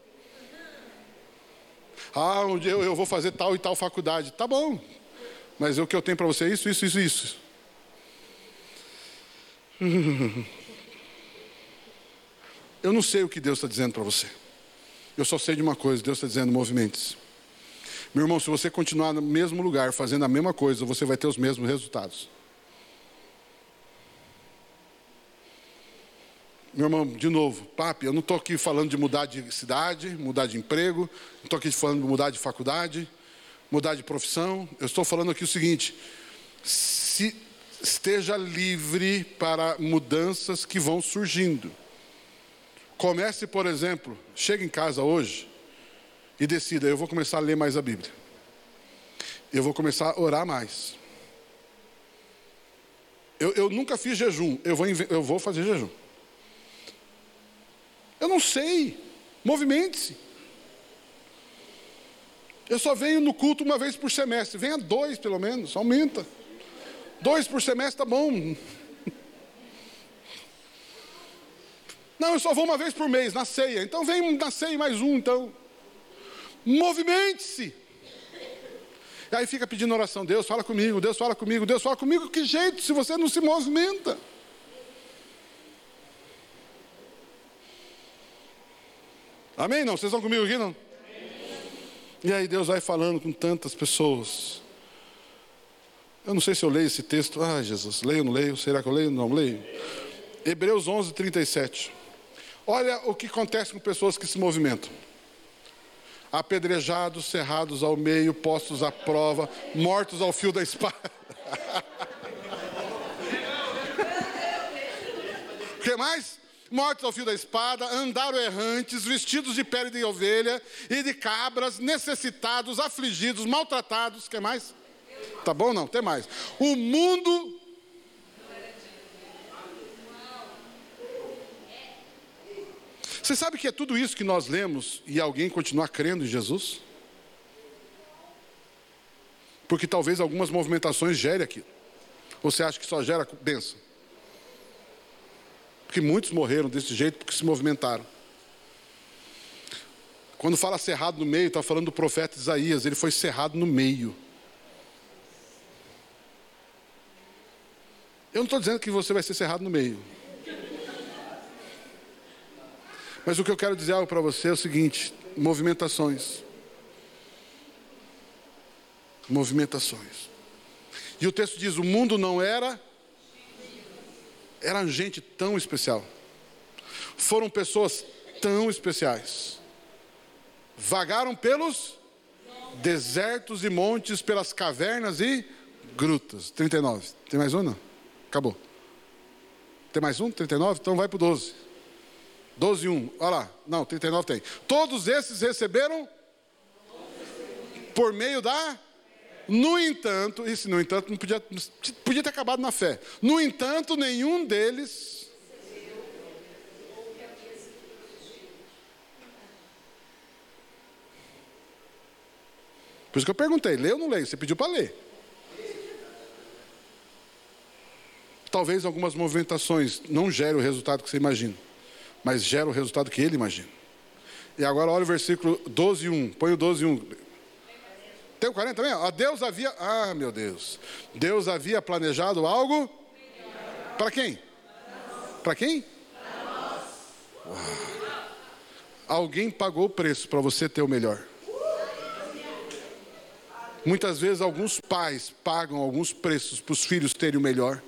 B: Um dia eu vou fazer tal e tal faculdade. Tá bom. Mas o que eu tenho para você é isso. Eu não sei o que Deus está dizendo para você. Eu só sei de uma coisa, Deus está dizendo, movimente-se. Meu irmão, se você continuar no mesmo lugar, fazendo a mesma coisa, você vai ter os mesmos resultados. Meu irmão, de novo, papi, eu não estou aqui falando de mudar de cidade, mudar de emprego, não estou aqui falando de mudar de faculdade. mudar de profissão. Eu estou falando aqui o seguinte: esteja livre para mudanças que vão surgindo. Comece, por exemplo, chega em casa hoje e decida: eu vou começar a ler mais a Bíblia. Eu vou começar a orar mais. Eu nunca fiz jejum, eu vou fazer jejum. Eu não sei, movimente-se. Eu só venho no culto uma vez por semestre, venha 2 pelo menos, aumenta. 2 por semestre tá bom. Não, eu só vou uma vez por mês, na ceia. Então vem na ceia mais um, então. Movimente-se. E aí fica pedindo oração: Deus fala comigo, Deus fala comigo, Deus fala comigo. Que jeito, se você não se movimenta? Amém? Não? Vocês estão comigo aqui, não? E aí Deus vai falando com tantas pessoas. Eu não sei se eu leio esse texto. Ai, Jesus, leio ou não leio? Será que eu leio? Não leio. Hebreus 11, 37. Olha o que acontece com pessoas que se movimentam: apedrejados, cerrados ao meio, postos à prova, mortos ao fio da espada. O que mais? Mortos ao fio da espada, andaram errantes, vestidos de pele de ovelha e de cabras, necessitados, afligidos, maltratados. O que mais? Tá bom? Não, tem mais. O mundo... Você sabe que é tudo isso que nós lemos e alguém continuar crendo em Jesus? Porque talvez algumas movimentações gerem aquilo. Ou você acha que só gera bênção? Porque muitos morreram desse jeito porque se movimentaram. Quando fala cerrado no meio, está falando do profeta Isaías. Ele foi cerrado no meio. Eu não estou dizendo que você vai ser cerrado no meio. Mas o que eu quero dizer algo para você é o seguinte: movimentações. Movimentações. E o texto diz: o mundo não era gente tão especial. Foram pessoas tão especiais. Vagaram pelos desertos e montes, pelas cavernas e grutas. 39. Tem mais um, não? Acabou. Tem mais um? 39? Então vai para o 12. 12 e 1. Olha lá. Não, 39 tem. Todos esses receberam por meio da... No entanto, esse no entanto não podia ter acabado na fé. No entanto, nenhum deles... Por isso que eu perguntei: lê ou não leio? Você pediu para ler. Talvez algumas movimentações não gerem o resultado que você imagina, mas geram o resultado que ele imagina. E agora olha o versículo 12 e 1. Põe o 12 e 1. Tem o 40 também? Deus havia... Ah, meu Deus. Deus havia planejado algo... Para quem? Para quem? Alguém pagou o preço para você ter o melhor. Muitas vezes alguns pais pagam alguns preços para os filhos terem o melhor.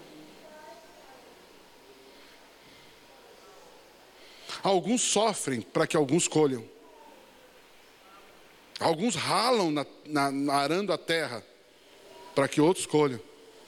B: Alguns sofrem para que alguns colham. Alguns ralam arando a terra para que outros colham.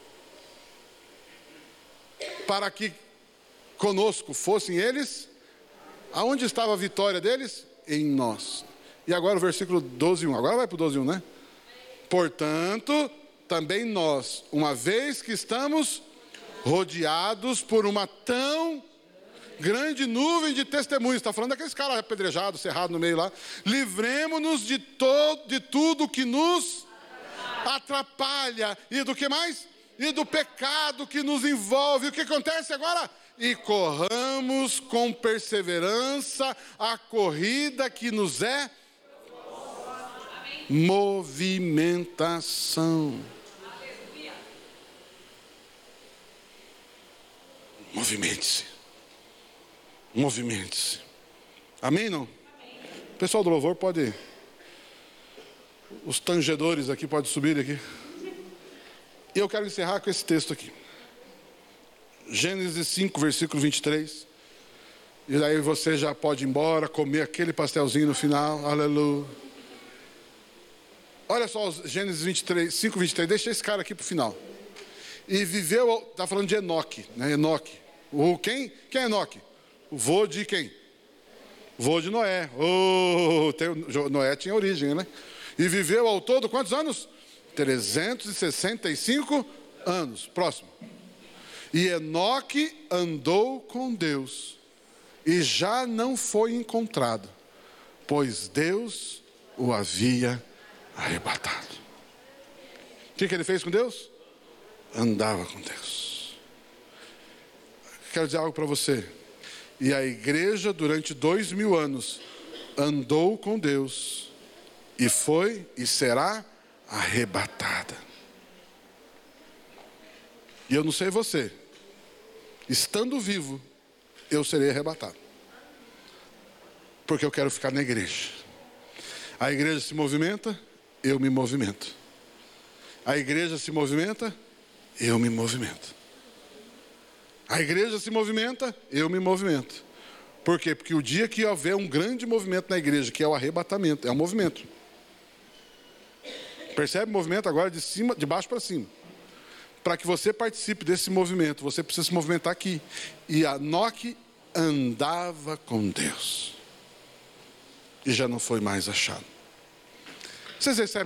B: Para que conosco fossem eles, aonde estava a vitória deles? Em nós. E agora o versículo 12 e 1. Agora vai para o 12 e 1, né? Portanto, também nós, uma vez que estamos rodeados por uma tão grande nuvem de testemunhos, está falando daqueles caras apedrejados, cerrados no meio lá. Livremos-nos de tudo que nos atrapalha. E do que mais? E do pecado que nos envolve. O que acontece agora? E corramos com perseverança a corrida que nos é movimentação. Movimente-se. Movimente-se. Amém, não? Amém. O pessoal do louvor pode... Os tangedores aqui podem subir aqui. E eu quero encerrar com esse texto aqui. Gênesis 5, versículo 23. E daí você já pode ir embora, comer aquele pastelzinho no final. Aleluia. Olha só, Gênesis 23, 5, 23. Deixa esse cara aqui para o final. E viveu, está falando de Enoque, né? Enoque. Quem é Enoque? O vô de quem? Vô de Noé. Noé tinha origem, né? E viveu ao todo quantos anos? 365 anos. Próximo. E Enoque andou com Deus e já não foi encontrado, pois Deus o havia arrebatado. O que ele fez com Deus? Andava com Deus. Quero dizer algo para você. E a igreja durante 2000 anos andou com Deus e foi e será arrebatada. E eu não sei você, estando vivo, eu serei arrebatado. Porque eu quero ficar na igreja. A igreja se movimenta, eu me movimento. A igreja se movimenta, eu me movimento. A igreja se movimenta, eu me movimento. Por quê? Porque o dia que houver um grande movimento na igreja, que é o arrebatamento, é um movimento. Percebe o movimento agora de baixo para cima. Para que você participe desse movimento, você precisa se movimentar aqui. E Enoque andava com Deus. E já não foi mais achado. Vocês recebem